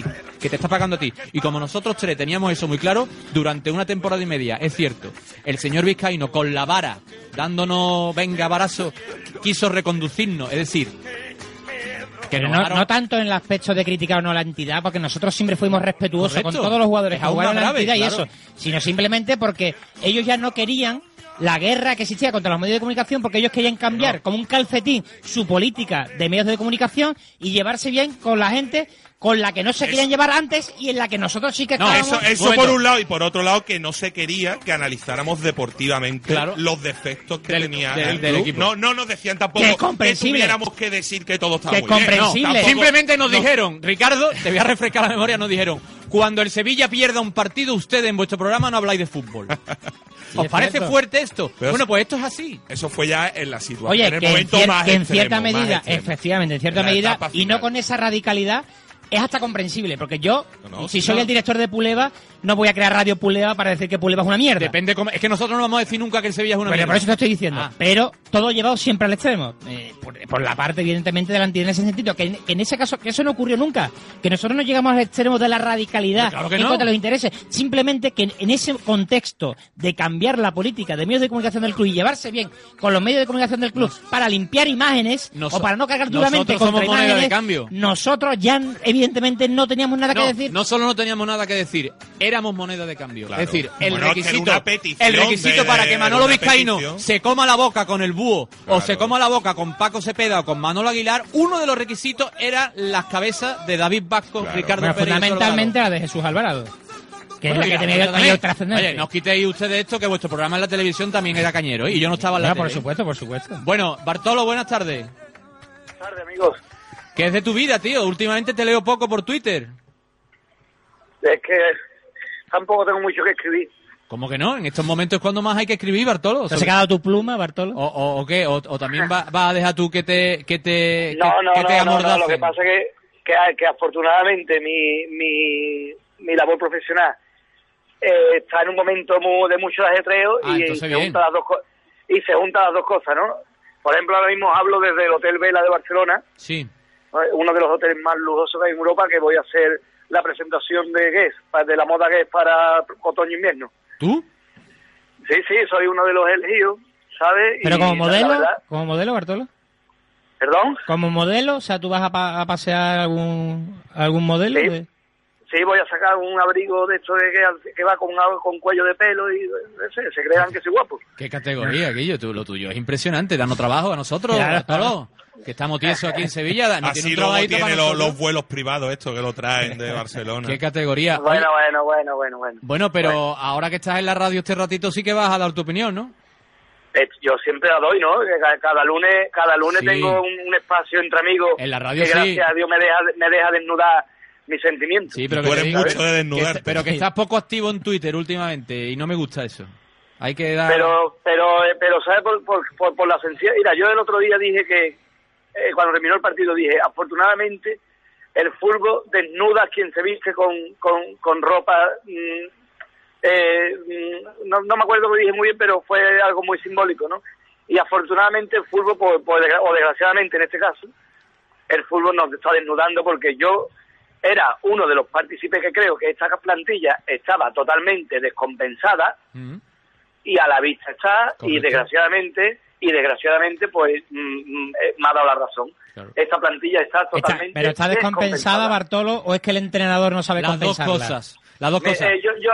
Y como nosotros tres teníamos eso muy claro, durante una temporada y media, es cierto, el señor Vizcaíno con la vara, dándonos, venga, varazo, quiso reconducirnos, es decir... Pero no tanto en el aspecto de criticar o no la entidad, porque nosotros siempre fuimos respetuosos con todos los jugadores a jugar a la entidad y eso, sino simplemente porque ellos ya no querían la guerra que existía contra los medios de comunicación, porque ellos querían cambiar como un calcetín su política de medios de comunicación y llevarse bien con la gente con la que no se querían llevar antes y en la que nosotros sí que estábamos... Eso por un lado, y por otro lado que no se quería que analizáramos deportivamente los defectos que tenía el club. Equipo. No nos decían tampoco que tuviéramos que decir que todo estaba muy bien. No, simplemente nos dijeron, Ricardo, te voy a refrescar la memoria, nos dijeron, cuando el Sevilla pierda un partido, ustedes en vuestro programa no habláis de fútbol. ¿Os parece fuerte esto? Pero bueno, pues esto es así. Eso fue ya en la situación. Oye, en el momento más en cierta extremo, medida, efectivamente, en cierta medida, y no con esa radicalidad, es hasta comprensible, porque yo, si soy el director de Puleva, no voy a crear Radio Puleva para decir que Puleva es una mierda. Depende cómo, es que nosotros no vamos a decir nunca que el Sevilla es una mierda. Por eso te estoy diciendo. Pero todo llevado siempre al extremo. Por la parte, evidentemente, de la entidad en ese sentido. Que en ese caso, que eso no ocurrió nunca. Que nosotros no llegamos al extremo de la radicalidad en cuanto a los intereses. Simplemente que en ese contexto de cambiar la política de medios de comunicación del club y llevarse bien con los medios de comunicación del club para limpiar imágenes o para no cargar duramente contra imágenes, de cambio. Nosotros ya, evidentemente, no teníamos nada que decir. No solo no teníamos nada que decir, éramos moneda de cambio. Claro. Es decir, el requisito para que Manolo Vizcaíno se coma la boca con el búho o se coma la boca con Paco Cepeda o con Manolo Aguilar, uno de los requisitos era las cabezas de David Vasco, Ricardo Pérez. Fundamentalmente la de Jesús Alvarado. Que es la que tenía mayor trascendencia. Oye, no os quitéis ustedes esto, que vuestro programa en la televisión también era cañero, y yo no estaba en la tele. Por supuesto. Bueno, Bartolo, buenas tardes. Buenas tardes, amigos. ¿Qué es de tu vida, tío? Últimamente te leo poco por Twitter. Es que tampoco tengo mucho que escribir. ¿Cómo que no? En estos momentos es cuando más hay que escribir, Bartolo. ¿Te has sacado tu pluma, Bartolo? ¿O qué? ¿O también vas a dejar tú que te No, lo que pasa es que afortunadamente mi labor profesional está en un momento de mucho ajetreo y se juntan las dos cosas, ¿no? Por ejemplo, ahora mismo hablo desde el Hotel Vela de Barcelona. Sí. Uno de los hoteles más lujosos que hay en Europa, que voy a hacer la presentación de Guess, de la moda Guess para otoño-invierno. ¿Tú? Sí, soy uno de los elegidos, ¿sabes? ¿Pero como modelo? ¿Como modelo, Bartolo? ¿Perdón? ¿Como modelo? O sea, ¿tú vas a pasear algún modelo? Sí. Sí, voy a sacar un abrigo de esto que va con cuello de pelo y se crean que soy guapo. ¿Qué categoría, Guillo? Lo tuyo es impresionante. Danos trabajo a nosotros, Bartolo, que estamos tiesos aquí en Sevilla. Así luego tiene los vuelos privados estos que lo traen de Barcelona. ¿Qué categoría? Bueno. Bueno, pero ahora que estás en la radio este ratito sí que vas a dar tu opinión, ¿no? Yo siempre la doy, ¿no? Cada lunes sí. Tengo un espacio entre amigos en la radio, que gracias a Dios me deja desnudar mis sentimientos. Sí, pero tú eres mucho de desnudarte. Pero que estás poco activo en Twitter últimamente y no me gusta eso. Hay que dar... Pero ¿sabes? Por la sencilla... Mira, yo el otro día dije que, cuando terminó el partido, dije, afortunadamente, el fútbol desnuda a quien se viste con ropa... no me acuerdo lo que dije muy bien, pero fue algo muy simbólico, ¿no? Y afortunadamente el fútbol, o desgraciadamente en este caso, el fútbol nos está desnudando, porque yo era uno de los partícipes que creo que esta plantilla estaba totalmente descompensada, y a la vista está. Correcto. Y desgraciadamente pues me ha dado la razón. Claro. Esta plantilla está totalmente ¿Pero está descompensada, Bartolo, o es que el entrenador no sabe compensarla? Las dos cosas.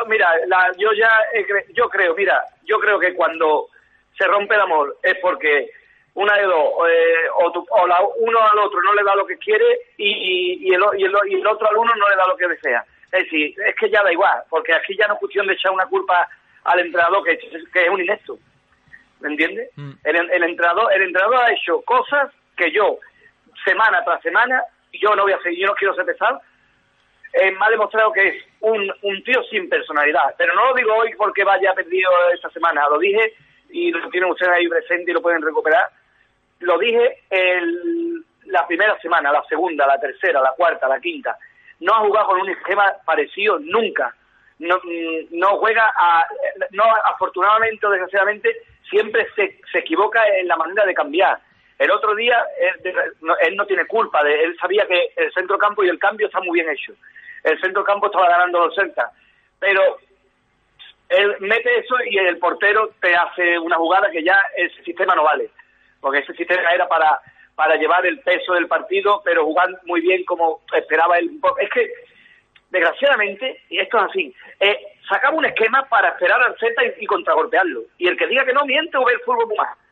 Yo creo que cuando se rompe el amor es porque una de dos, uno al otro no le da lo que quiere y el otro al uno no le da lo que desea. Es decir, es que ya da igual, porque aquí ya no es cuestión de echar una culpa al entrenador que es un inepto, ¿me entiendes? El entrenador ha hecho cosas que yo, semana tras semana, yo no quiero ser pesado, me ha demostrado que es un tío sin personalidad, pero no lo digo hoy porque vaya perdido esta semana, lo dije y lo tienen ustedes ahí presente y lo pueden recuperar. Lo dije la primera semana, la segunda, la tercera, la cuarta, la quinta. No ha jugado con un esquema parecido nunca. No juega afortunadamente o desgraciadamente, siempre se equivoca en la manera de cambiar. El otro día, él no tiene culpa, él sabía que el centrocampo y el cambio está muy bien hecho. El centrocampo estaba ganando los Celtas, pero él mete eso y el portero te hace una jugada que ya ese sistema no vale, porque ese sistema era para llevar el peso del partido, pero jugar muy bien como esperaba él. Es que, desgraciadamente, y esto es así, sacaba un esquema para esperar al Celta y contragolpearlo, y el que diga que no miente o ve el fútbol muy mal.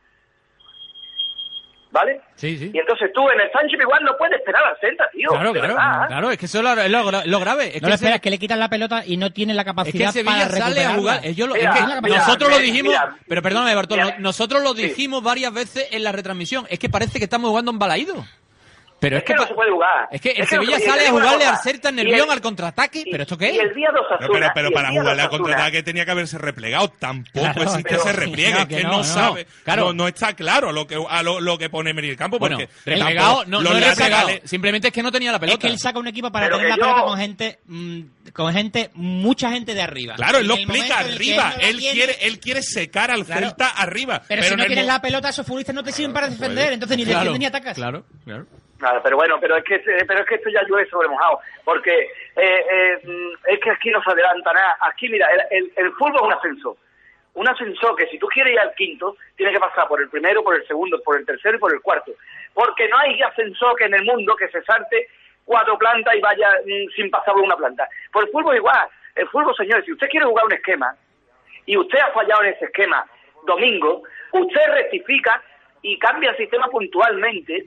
¿Vale? Sí. Y entonces tú en el Sánchez igual no puedes esperar al Celta, tío. Claro, es que eso es lo grave. Es no que lo esperas, que le quitan la pelota y no tiene la capacidad es que Sevilla para sale a jugar. Nosotros lo dijimos, pero perdóname, Bartolo, nosotros lo dijimos varias veces en la retransmisión. Es que parece que estamos jugando en Balaído. Pero es que no se puede jugar. Es que el Sevilla sale a jugarle al Celta en Nervión al contraataque. ¿Pero esto qué es? Y el día de Osasuna, pero para jugarle al contraataque tenía que haberse replegado. Tampoco existe ese repliegue. Es que no sabe. Claro. No está claro lo que pone Emery en el campo. Porque replegado no es replegado. Simplemente es que no tenía la pelota. Es que él saca un equipo para tener la pelota con gente, mucha gente de arriba. Claro, él lo explica arriba. Él quiere secar al Celta arriba. Pero si no tienes la pelota, esos futbolistas no te sirven para defender. Entonces ni defienden ni atacas. Claro. Nada, pero es que esto ya llueve sobre mojado, porque es que aquí no se adelanta nada. Aquí, mira, el fútbol es un ascensor que si tú quieres ir al quinto, tienes que pasar por el primero, por el segundo, por el tercero y por el cuarto, porque no hay ascensor que en el mundo que se salte 4 plantas y vaya sin pasar por una planta. Por el fútbol igual. El fútbol, señores, si usted quiere jugar un esquema y usted ha fallado en ese esquema domingo, usted rectifica y cambia el sistema puntualmente,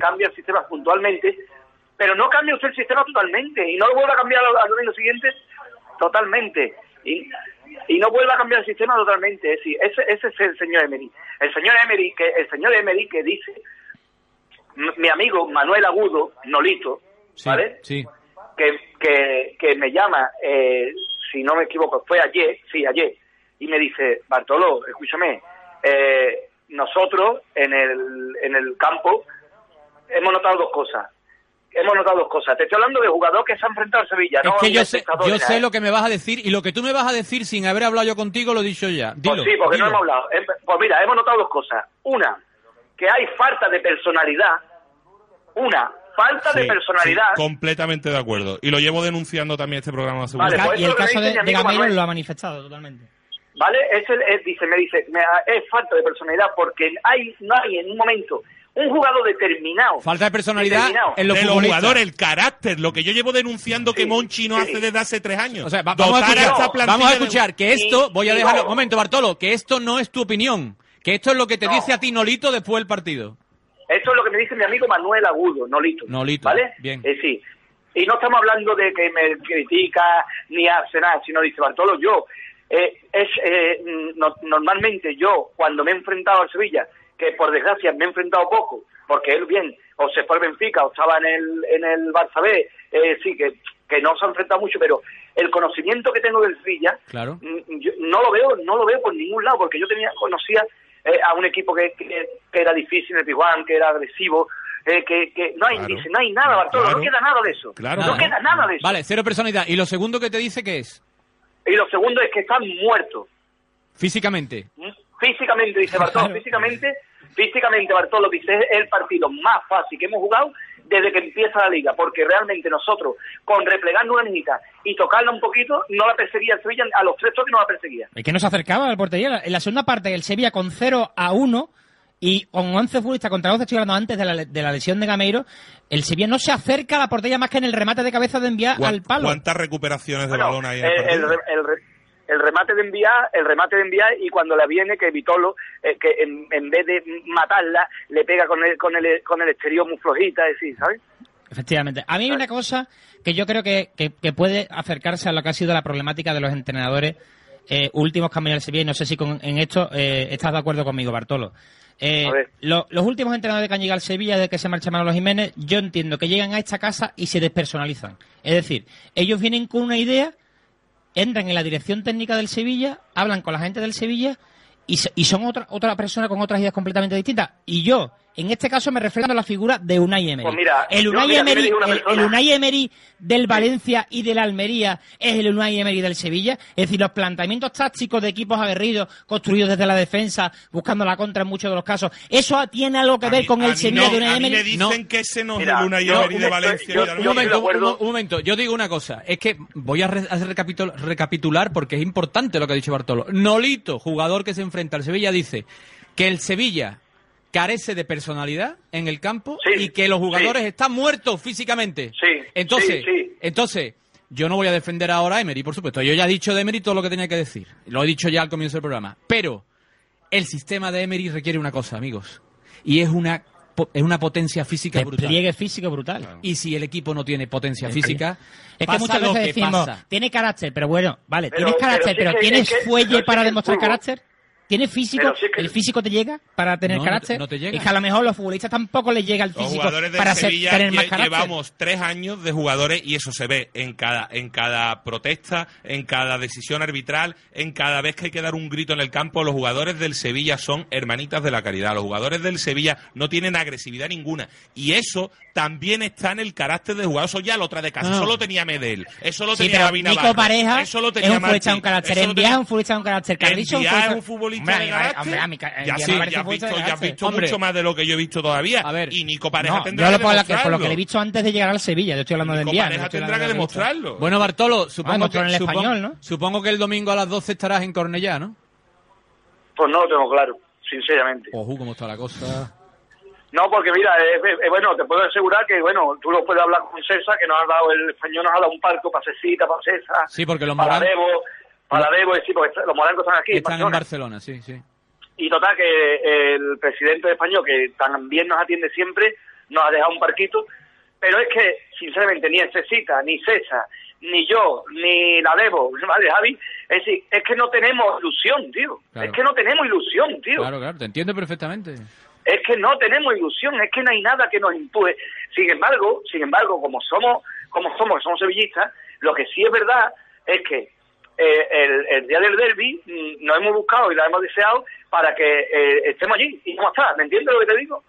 pero no cambia usted el sistema totalmente, y no lo vuelva a cambiar al domingo siguiente totalmente, y no vuelva a cambiar el sistema totalmente. Es decir, ese es el señor Emery. El señor Emery que dice, mi amigo Manuel Agudo, Nolito, ¿vale? Sí. Que me llama, si no me equivoco, fue ayer, y me dice, Bartolo, escúchame, nosotros en el campo hemos notado dos cosas. Te estoy hablando de jugador que se ha enfrentado al Sevilla. Es que yo sé lo que me vas a decir, y lo que tú me vas a decir sin haber hablado yo contigo lo he dicho ya. Dilo, pues sí, porque no hemos hablado. Pues mira, hemos notado dos cosas. Una, que hay falta de personalidad. De personalidad. Completamente de acuerdo. Y lo llevo denunciando también este programa. Vale, pues y el caso de Gamero lo ha manifestado totalmente. ¿Vale? Me dice, es falta de personalidad porque no hay en un momento un jugador determinado. Falta de personalidad en los jugadores, el carácter, lo que yo llevo denunciando que Monchi no hace desde hace 3 años. O sea, vamos a escuchar que esto, voy a dejarlo, un momento, Bartolo, que esto no es tu opinión, que esto es lo que te dice a ti Nolito después del partido. Esto es lo que me dice mi amigo Manuel Agudo, Nolito, ¿vale? Bien. Sí. Y no estamos hablando de que me critica ni hace nada, sino dice, Bartolo, yo normalmente yo, cuando me he enfrentado al Sevilla, que por desgracia me he enfrentado poco, porque él bien, o se fue al Benfica, o estaba en el Barça B, sí, que no se ha enfrentado mucho, pero el conocimiento que tengo del Sevilla, claro, yo no lo veo por ningún lado, porque yo conocía a un equipo que era difícil, el Tijuana, que era agresivo, que no hay, claro, dice, no hay nada, Bartolo, claro, no queda nada de eso, claro, no queda nada de eso. Vale, cero personalidad. ¿Y lo segundo que te dice qué es? Y lo segundo es que están muertos. Físicamente. Físicamente, dice Bartolo, físicamente, Bartolo, dice, es el partido más fácil que hemos jugado desde que empieza la Liga, porque realmente nosotros, con replegarnos una niñita y tocarla un poquito, no la perseguía el Sevilla, a los 3 toques no la perseguía. Es que no se acercaba al portería. En la segunda parte, el Sevilla con 0-1 y con 11 futbolistas contra 12, estoy hablando antes de la lesión de Gameiro, el Sevilla no se acerca a la portería más que en el remate de cabeza de enviar al palo. ¿Cuántas recuperaciones de balón hay? El remate de enviar y cuando la viene que Vitolo, que en vez de matarla, le pega con el exterior muy flojita, es decir, ¿sabes? Efectivamente. A mí hay una cosa que yo creo que puede acercarse a lo que ha sido la problemática de los entrenadores últimos que han venido al Sevilla, y no sé si en esto estás de acuerdo conmigo, Bartolo. Los últimos entrenadores que han llegado al Sevilla desde que se marcha Manolo Jiménez, yo entiendo que llegan a esta casa y se despersonalizan. Es decir, ellos vienen con una idea, entran en la dirección técnica del Sevilla, hablan con la gente del Sevilla y son otra persona con otras ideas completamente distintas. Y yo, en este caso, me refiero a la figura de Unai Emery. Pues mira, el Unai Emery del Valencia y del Almería es el Unai Emery del Sevilla. Es decir, los planteamientos tácticos de equipos aguerridos, construidos desde la defensa, buscando la contra en muchos de los casos, ¿eso tiene algo que ver con el Sevilla de Unai Emery? A mí me dicen que ese no es el Unai Emery de Valencia. Un momento, yo digo una cosa. Es que voy a recapitular porque es importante lo que ha dicho Bartolo. Nolito, jugador que se enfrenta al Sevilla, dice que el Sevilla carece de personalidad en el campo, sí, y que los jugadores están muertos físicamente. Sí, entonces, yo no voy a defender ahora a Emery, por supuesto. Yo ya he dicho de Emery todo lo que tenía que decir. Lo he dicho ya al comienzo del programa. Pero el sistema de Emery requiere una cosa, amigos. Y es una potencia física brutal. Despliegue físico brutal. Y si el equipo no tiene potencia física, es que muchas veces decimos, tiene carácter, pero bueno, vale, tienes carácter, pero ¿tienes fuelle para demostrar carácter? ¿Tienes físico? ¿El físico te llega para tener carácter? No te llega. Es que a lo mejor los futbolistas tampoco les llega el físico para tener más carácter. Llevamos 3 años de jugadores y eso se ve en cada protesta, en cada decisión arbitral, en cada vez que hay que dar un grito en el campo. Los jugadores del Sevilla son hermanitas de la caridad. Los jugadores del Sevilla no tienen agresividad ninguna. Y eso también está en el carácter de jugador. Eso ya lo trae de casa. Eso lo tenía Medel. Eso lo tenía David Navarro. Nico Pareja eso lo tenía es un futbolista de un carácter. Enviar es un futbolista de un carácter. Carrillo es un futbolista de carácter. Ya has visto mucho más de lo que yo he visto todavía. A ver, y Nico Pareja tendrá que demostrarlo. Por lo que le he visto antes de llegar al Sevilla. Yo estoy hablando de enviar. Nico Pareja tendrá que demostrarlo. Bueno, Bartolo, supongo que el domingo a las 12 estarás en Cornellá, ¿no? Pues no lo tengo claro, sinceramente. Ojo, cómo está la cosa. No, porque mira, bueno, te puedo asegurar que, bueno, tú lo puedes hablar con César, que nos ha dado, el español nos ha dado un palco para Cecita, para César. Sí, porque los morancos. Para Debo, sí, porque los morancos están aquí. Están en Barcelona, sí. Y total, que el presidente español, que también nos atiende siempre, nos ha dejado un parquito. Pero es que, sinceramente, ni Cecita, ni César, ni yo, ni la Debo, ¿vale, Javi? Es decir, es que no tenemos ilusión, tío. Claro. Es que no tenemos ilusión, tío. Claro, te entiendo perfectamente. Es que no tenemos ilusión, es que no hay nada que nos impulse. Sin embargo, como somos sevillistas, lo que sí es verdad es que el día del derbi nos hemos buscado y lo hemos deseado para que estemos allí y cómo está. ¿Me entiendes lo que te digo?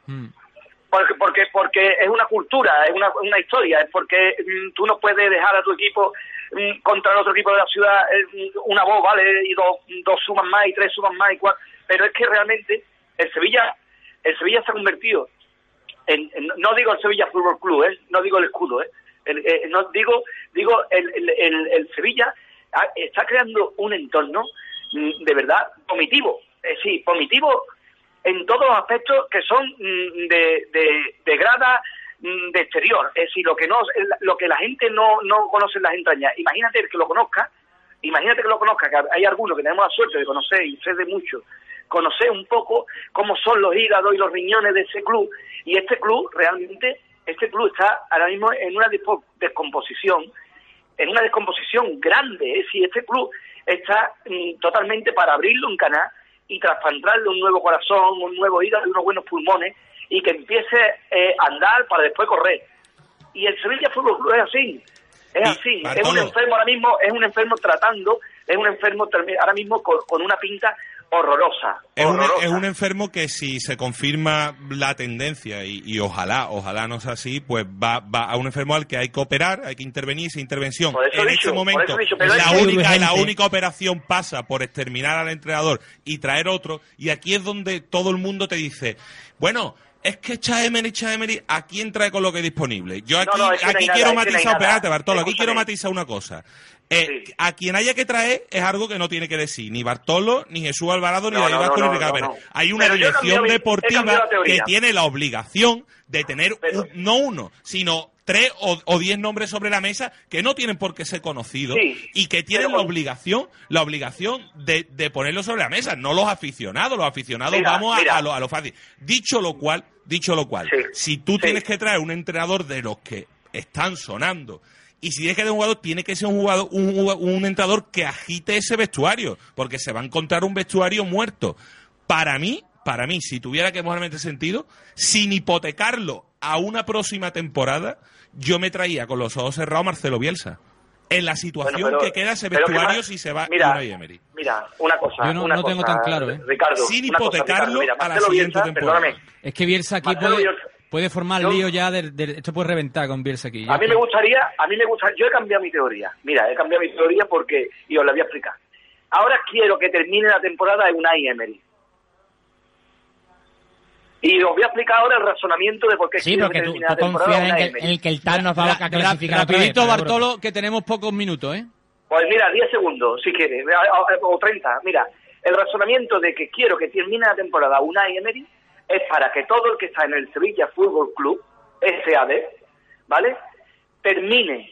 Porque es una cultura, es una historia, es porque tú no puedes dejar a tu equipo contra el otro equipo de la ciudad una voz, ¿vale? Y dos sumas más y 3 sumas más y 4. Pero es que realmente el Sevilla se ha convertido no digo el Sevilla Fútbol Club, no digo el escudo, no digo el Sevilla está creando un entorno de verdad vomitivo, sí, vomitivo en todos los aspectos que son de grada de exterior, es decir, lo que la gente no conoce en las entrañas. Imagínate que lo conozca, que hay algunos que tenemos la suerte de conocer, y ustedes mucho, conocer un poco cómo son los hígados y los riñones de ese club, y este club está ahora mismo en una descomposición grande, es decir, este club está totalmente para abrirlo un canal y trasplantarle un nuevo corazón, un nuevo hígado y unos buenos pulmones y que empiece a andar para después correr. Y el Sevilla Fútbol Club es así. Es así. Es un enfermo ahora mismo, es un enfermo tratando, es un enfermo ahora mismo con una pinta horrorosa. Es un enfermo que si se confirma la tendencia y ojalá no sea así, pues va a un enfermo al que hay que operar, hay que intervenir. Esa intervención en este momento la única operación pasa por exterminar al entrenador y traer otro, y aquí es donde todo el mundo te dice, bueno, es que Emery, ¿a quién trae con lo que es disponible? Yo aquí quiero matizar, espérate, Bartolo, aquí quiero matizar una cosa. A quien haya que traer es algo que no tiene que decir ni Bartolo, ni Jesús Alvarado, ni David Vasco, ni Ricardo Pérez. Hay una dirección deportiva que tiene la obligación de tener no uno, sino 3 o 10 nombres sobre la mesa que no tienen por qué ser conocidos y que tienen la obligación de ponerlo sobre la mesa, no los aficionados. Los aficionados vamos a lo fácil. Dicho lo cual, si tú tienes que traer un entrenador de los que están sonando, y si tienes que tener un jugador, tiene que ser un entrenador que agite ese vestuario, porque se va a encontrar un vestuario muerto. Para mí, si tuviera que mojarme en este sentido, sin hipotecarlo a una próxima temporada, yo me traía con los ojos cerrados Marcelo Bielsa. En la situación que queda ese vestuario si se va Unai Emery. Mira, una cosa. Yo no tengo tan claro, Ricardo, sin hipotecarlo a la siguiente temporada. Perdóname. Es que Bielsa aquí puede formar lío ya esto puede reventar con Bielsa aquí. A mí me gustaría, yo he cambiado mi teoría. Mira, he cambiado mi teoría porque, y os la voy a explicar. Ahora quiero que termine la temporada de Unai Emery. Y os voy a explicar ahora el razonamiento de por qué quiero que termine la temporada de Unai Emery. En el que el TAR nos va a clasificar. Rapidito, Bartolo, que tenemos pocos minutos, ¿eh? Pues mira, 10 segundos, si quieres, o 30. Mira, el razonamiento de que quiero que termine la temporada Unai Emery es para que todo el que está en el Sevilla Fútbol Club, SAD, ¿vale?, termine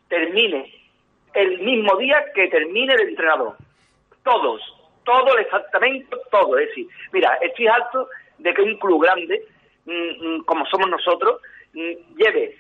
el mismo día que termine el entrenador. Todo, exactamente todo. Es decir, mira, estoy harto de que un club grande, como somos nosotros, lleve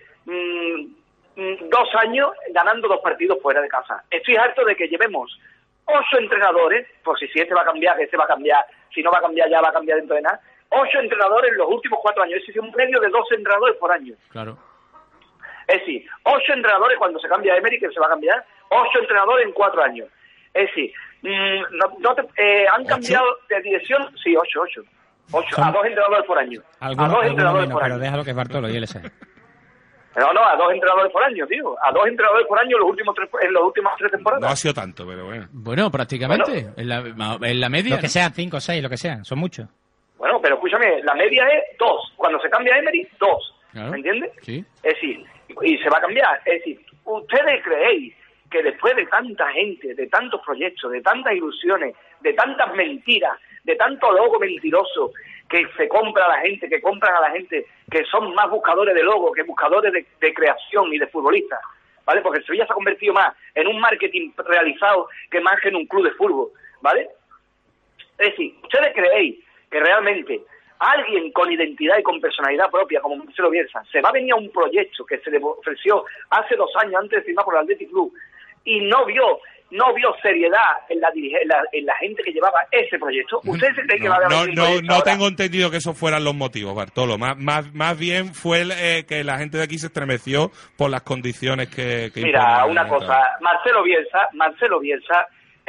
2 años ganando 2 partidos fuera de casa. Estoy harto de que llevemos 8 entrenadores, pues si este va a cambiar, que este va a cambiar, si no va a cambiar ya va a cambiar dentro de nada, 8 entrenadores en los últimos 4 años. Es decir, un medio de 2 entrenadores por año. Claro. Es decir, 8 entrenadores cuando se cambia Emery, que se va a cambiar, 8 entrenadores en 4 años. Es decir, han cambiado de dirección, sí, 8. A 2 entrenadores por año. A 2 entrenadores por año. Pero déjalo que es Bartolo y él es. No, a 2 entrenadores por año, tío. A 2 entrenadores por año en las últimas 3 temporadas. No ha sido tanto, pero bueno. Bueno, prácticamente. Bueno, en la media. Lo que sean 5 o 6, lo que sean. Son muchos. Bueno, pero escúchame, la media es 2. Cuando se cambia Emery, 2. Claro. ¿Me entiendes? Sí. Es decir, y se va a cambiar. Es decir, ¿ustedes creéis que después de tanta gente, de tantos proyectos, de tantas ilusiones, de tantas mentiras, de tanto logo mentiroso que se compra a la gente, que compran a la gente, que son más buscadores de logo que buscadores de creación y de futbolistas, ¿vale? Porque el Sevilla se ha convertido más en un marketing realizado que más que en un club de fútbol, ¿vale? Es decir, ¿ustedes creéis que realmente alguien con identidad y con personalidad propia, como Marcelo Bielsa, se va a venir a un proyecto que se le ofreció hace 2 años antes de firmar por el Athletic Club y no vio seriedad en la gente que llevaba ese proyecto? ¿Ustedes se creen que va a haber no tengo entendido que esos fueran los motivos, Bartolo. Más bien fue que la gente de aquí se estremeció por las condiciones que mira, una cosa, Marcelo Bielsa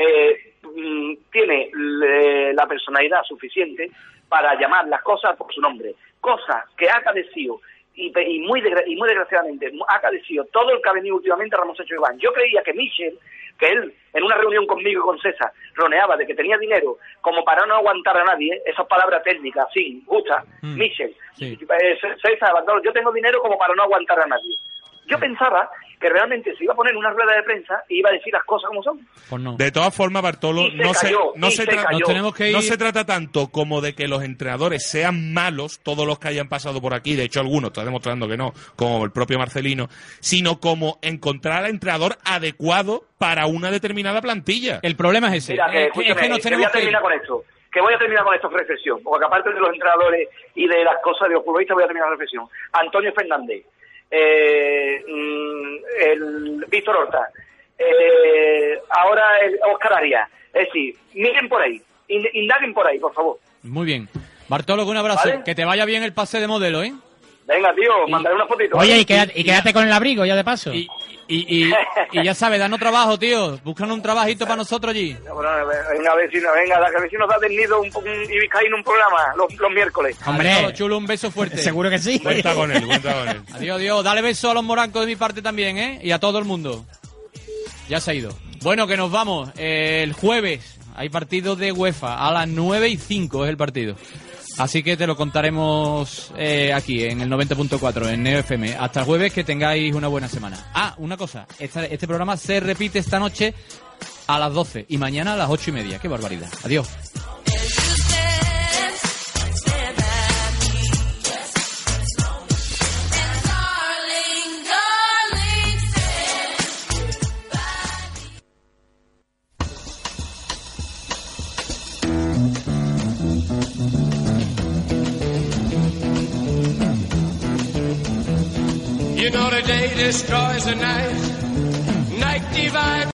tiene la personalidad suficiente para llamar las cosas por su nombre, cosas que ha padecido y muy desgraciadamente ha padecido todo el que ha venido últimamente a Ramón Sánchez Iván. Yo creía que Michel, que él en una reunión conmigo y con César roneaba de que tenía dinero como para no aguantar a nadie, esas palabras técnicas, sí, gusta, Michel, sí. César, yo tengo dinero como para no aguantar a nadie. Yo pensaba que realmente se iba a poner una rueda de prensa y iba a decir las cosas como son. Pues no. De todas formas, Bartolo, no se trata tanto como de que los entrenadores sean malos, todos los que hayan pasado por aquí, de hecho algunos está demostrando que no, como el propio Marcelino, sino como encontrar al entrenador adecuado para una determinada plantilla. El problema es ese. Mira, que nos tenemos que terminar con esto. Que voy a terminar con esta reflexión, porque aparte de los entrenadores y de las cosas de los futbolistas, voy a terminar la reflexión. Antonio Fernández, el Víctor Horta ahora Óscar Arias. Es decir, miren por ahí, indaguen por ahí, por favor. Muy bien. Bartolo, un abrazo. ¿Vale? Que te vaya bien el pase de modelo, ¿eh? Venga, tío, mandaré una fotito. Oye, y quédate con el abrigo ya de paso. Y ya sabes, danos trabajo, tío. Buscan un trabajito para nosotros allí. Bueno, venga, a ver si nos da del nido y Vizcaíno un programa los miércoles. Hombre, chulo, un beso fuerte. Seguro que sí. Cuenta con él. Adiós. Dale beso a los morancos de mi parte también, ¿eh? Y a todo el mundo. Ya se ha ido. Bueno, que nos vamos. El jueves hay partido de UEFA. A las 9:05 es el partido. Así que te lo contaremos aquí, en el 90.4, en Neo FM. Hasta el jueves, que tengáis una buena semana. Una cosa. Este programa se repite esta noche a las 12 y mañana a las 8:30. ¡Qué barbaridad! Adiós. You know the day destroys the night. Night divides.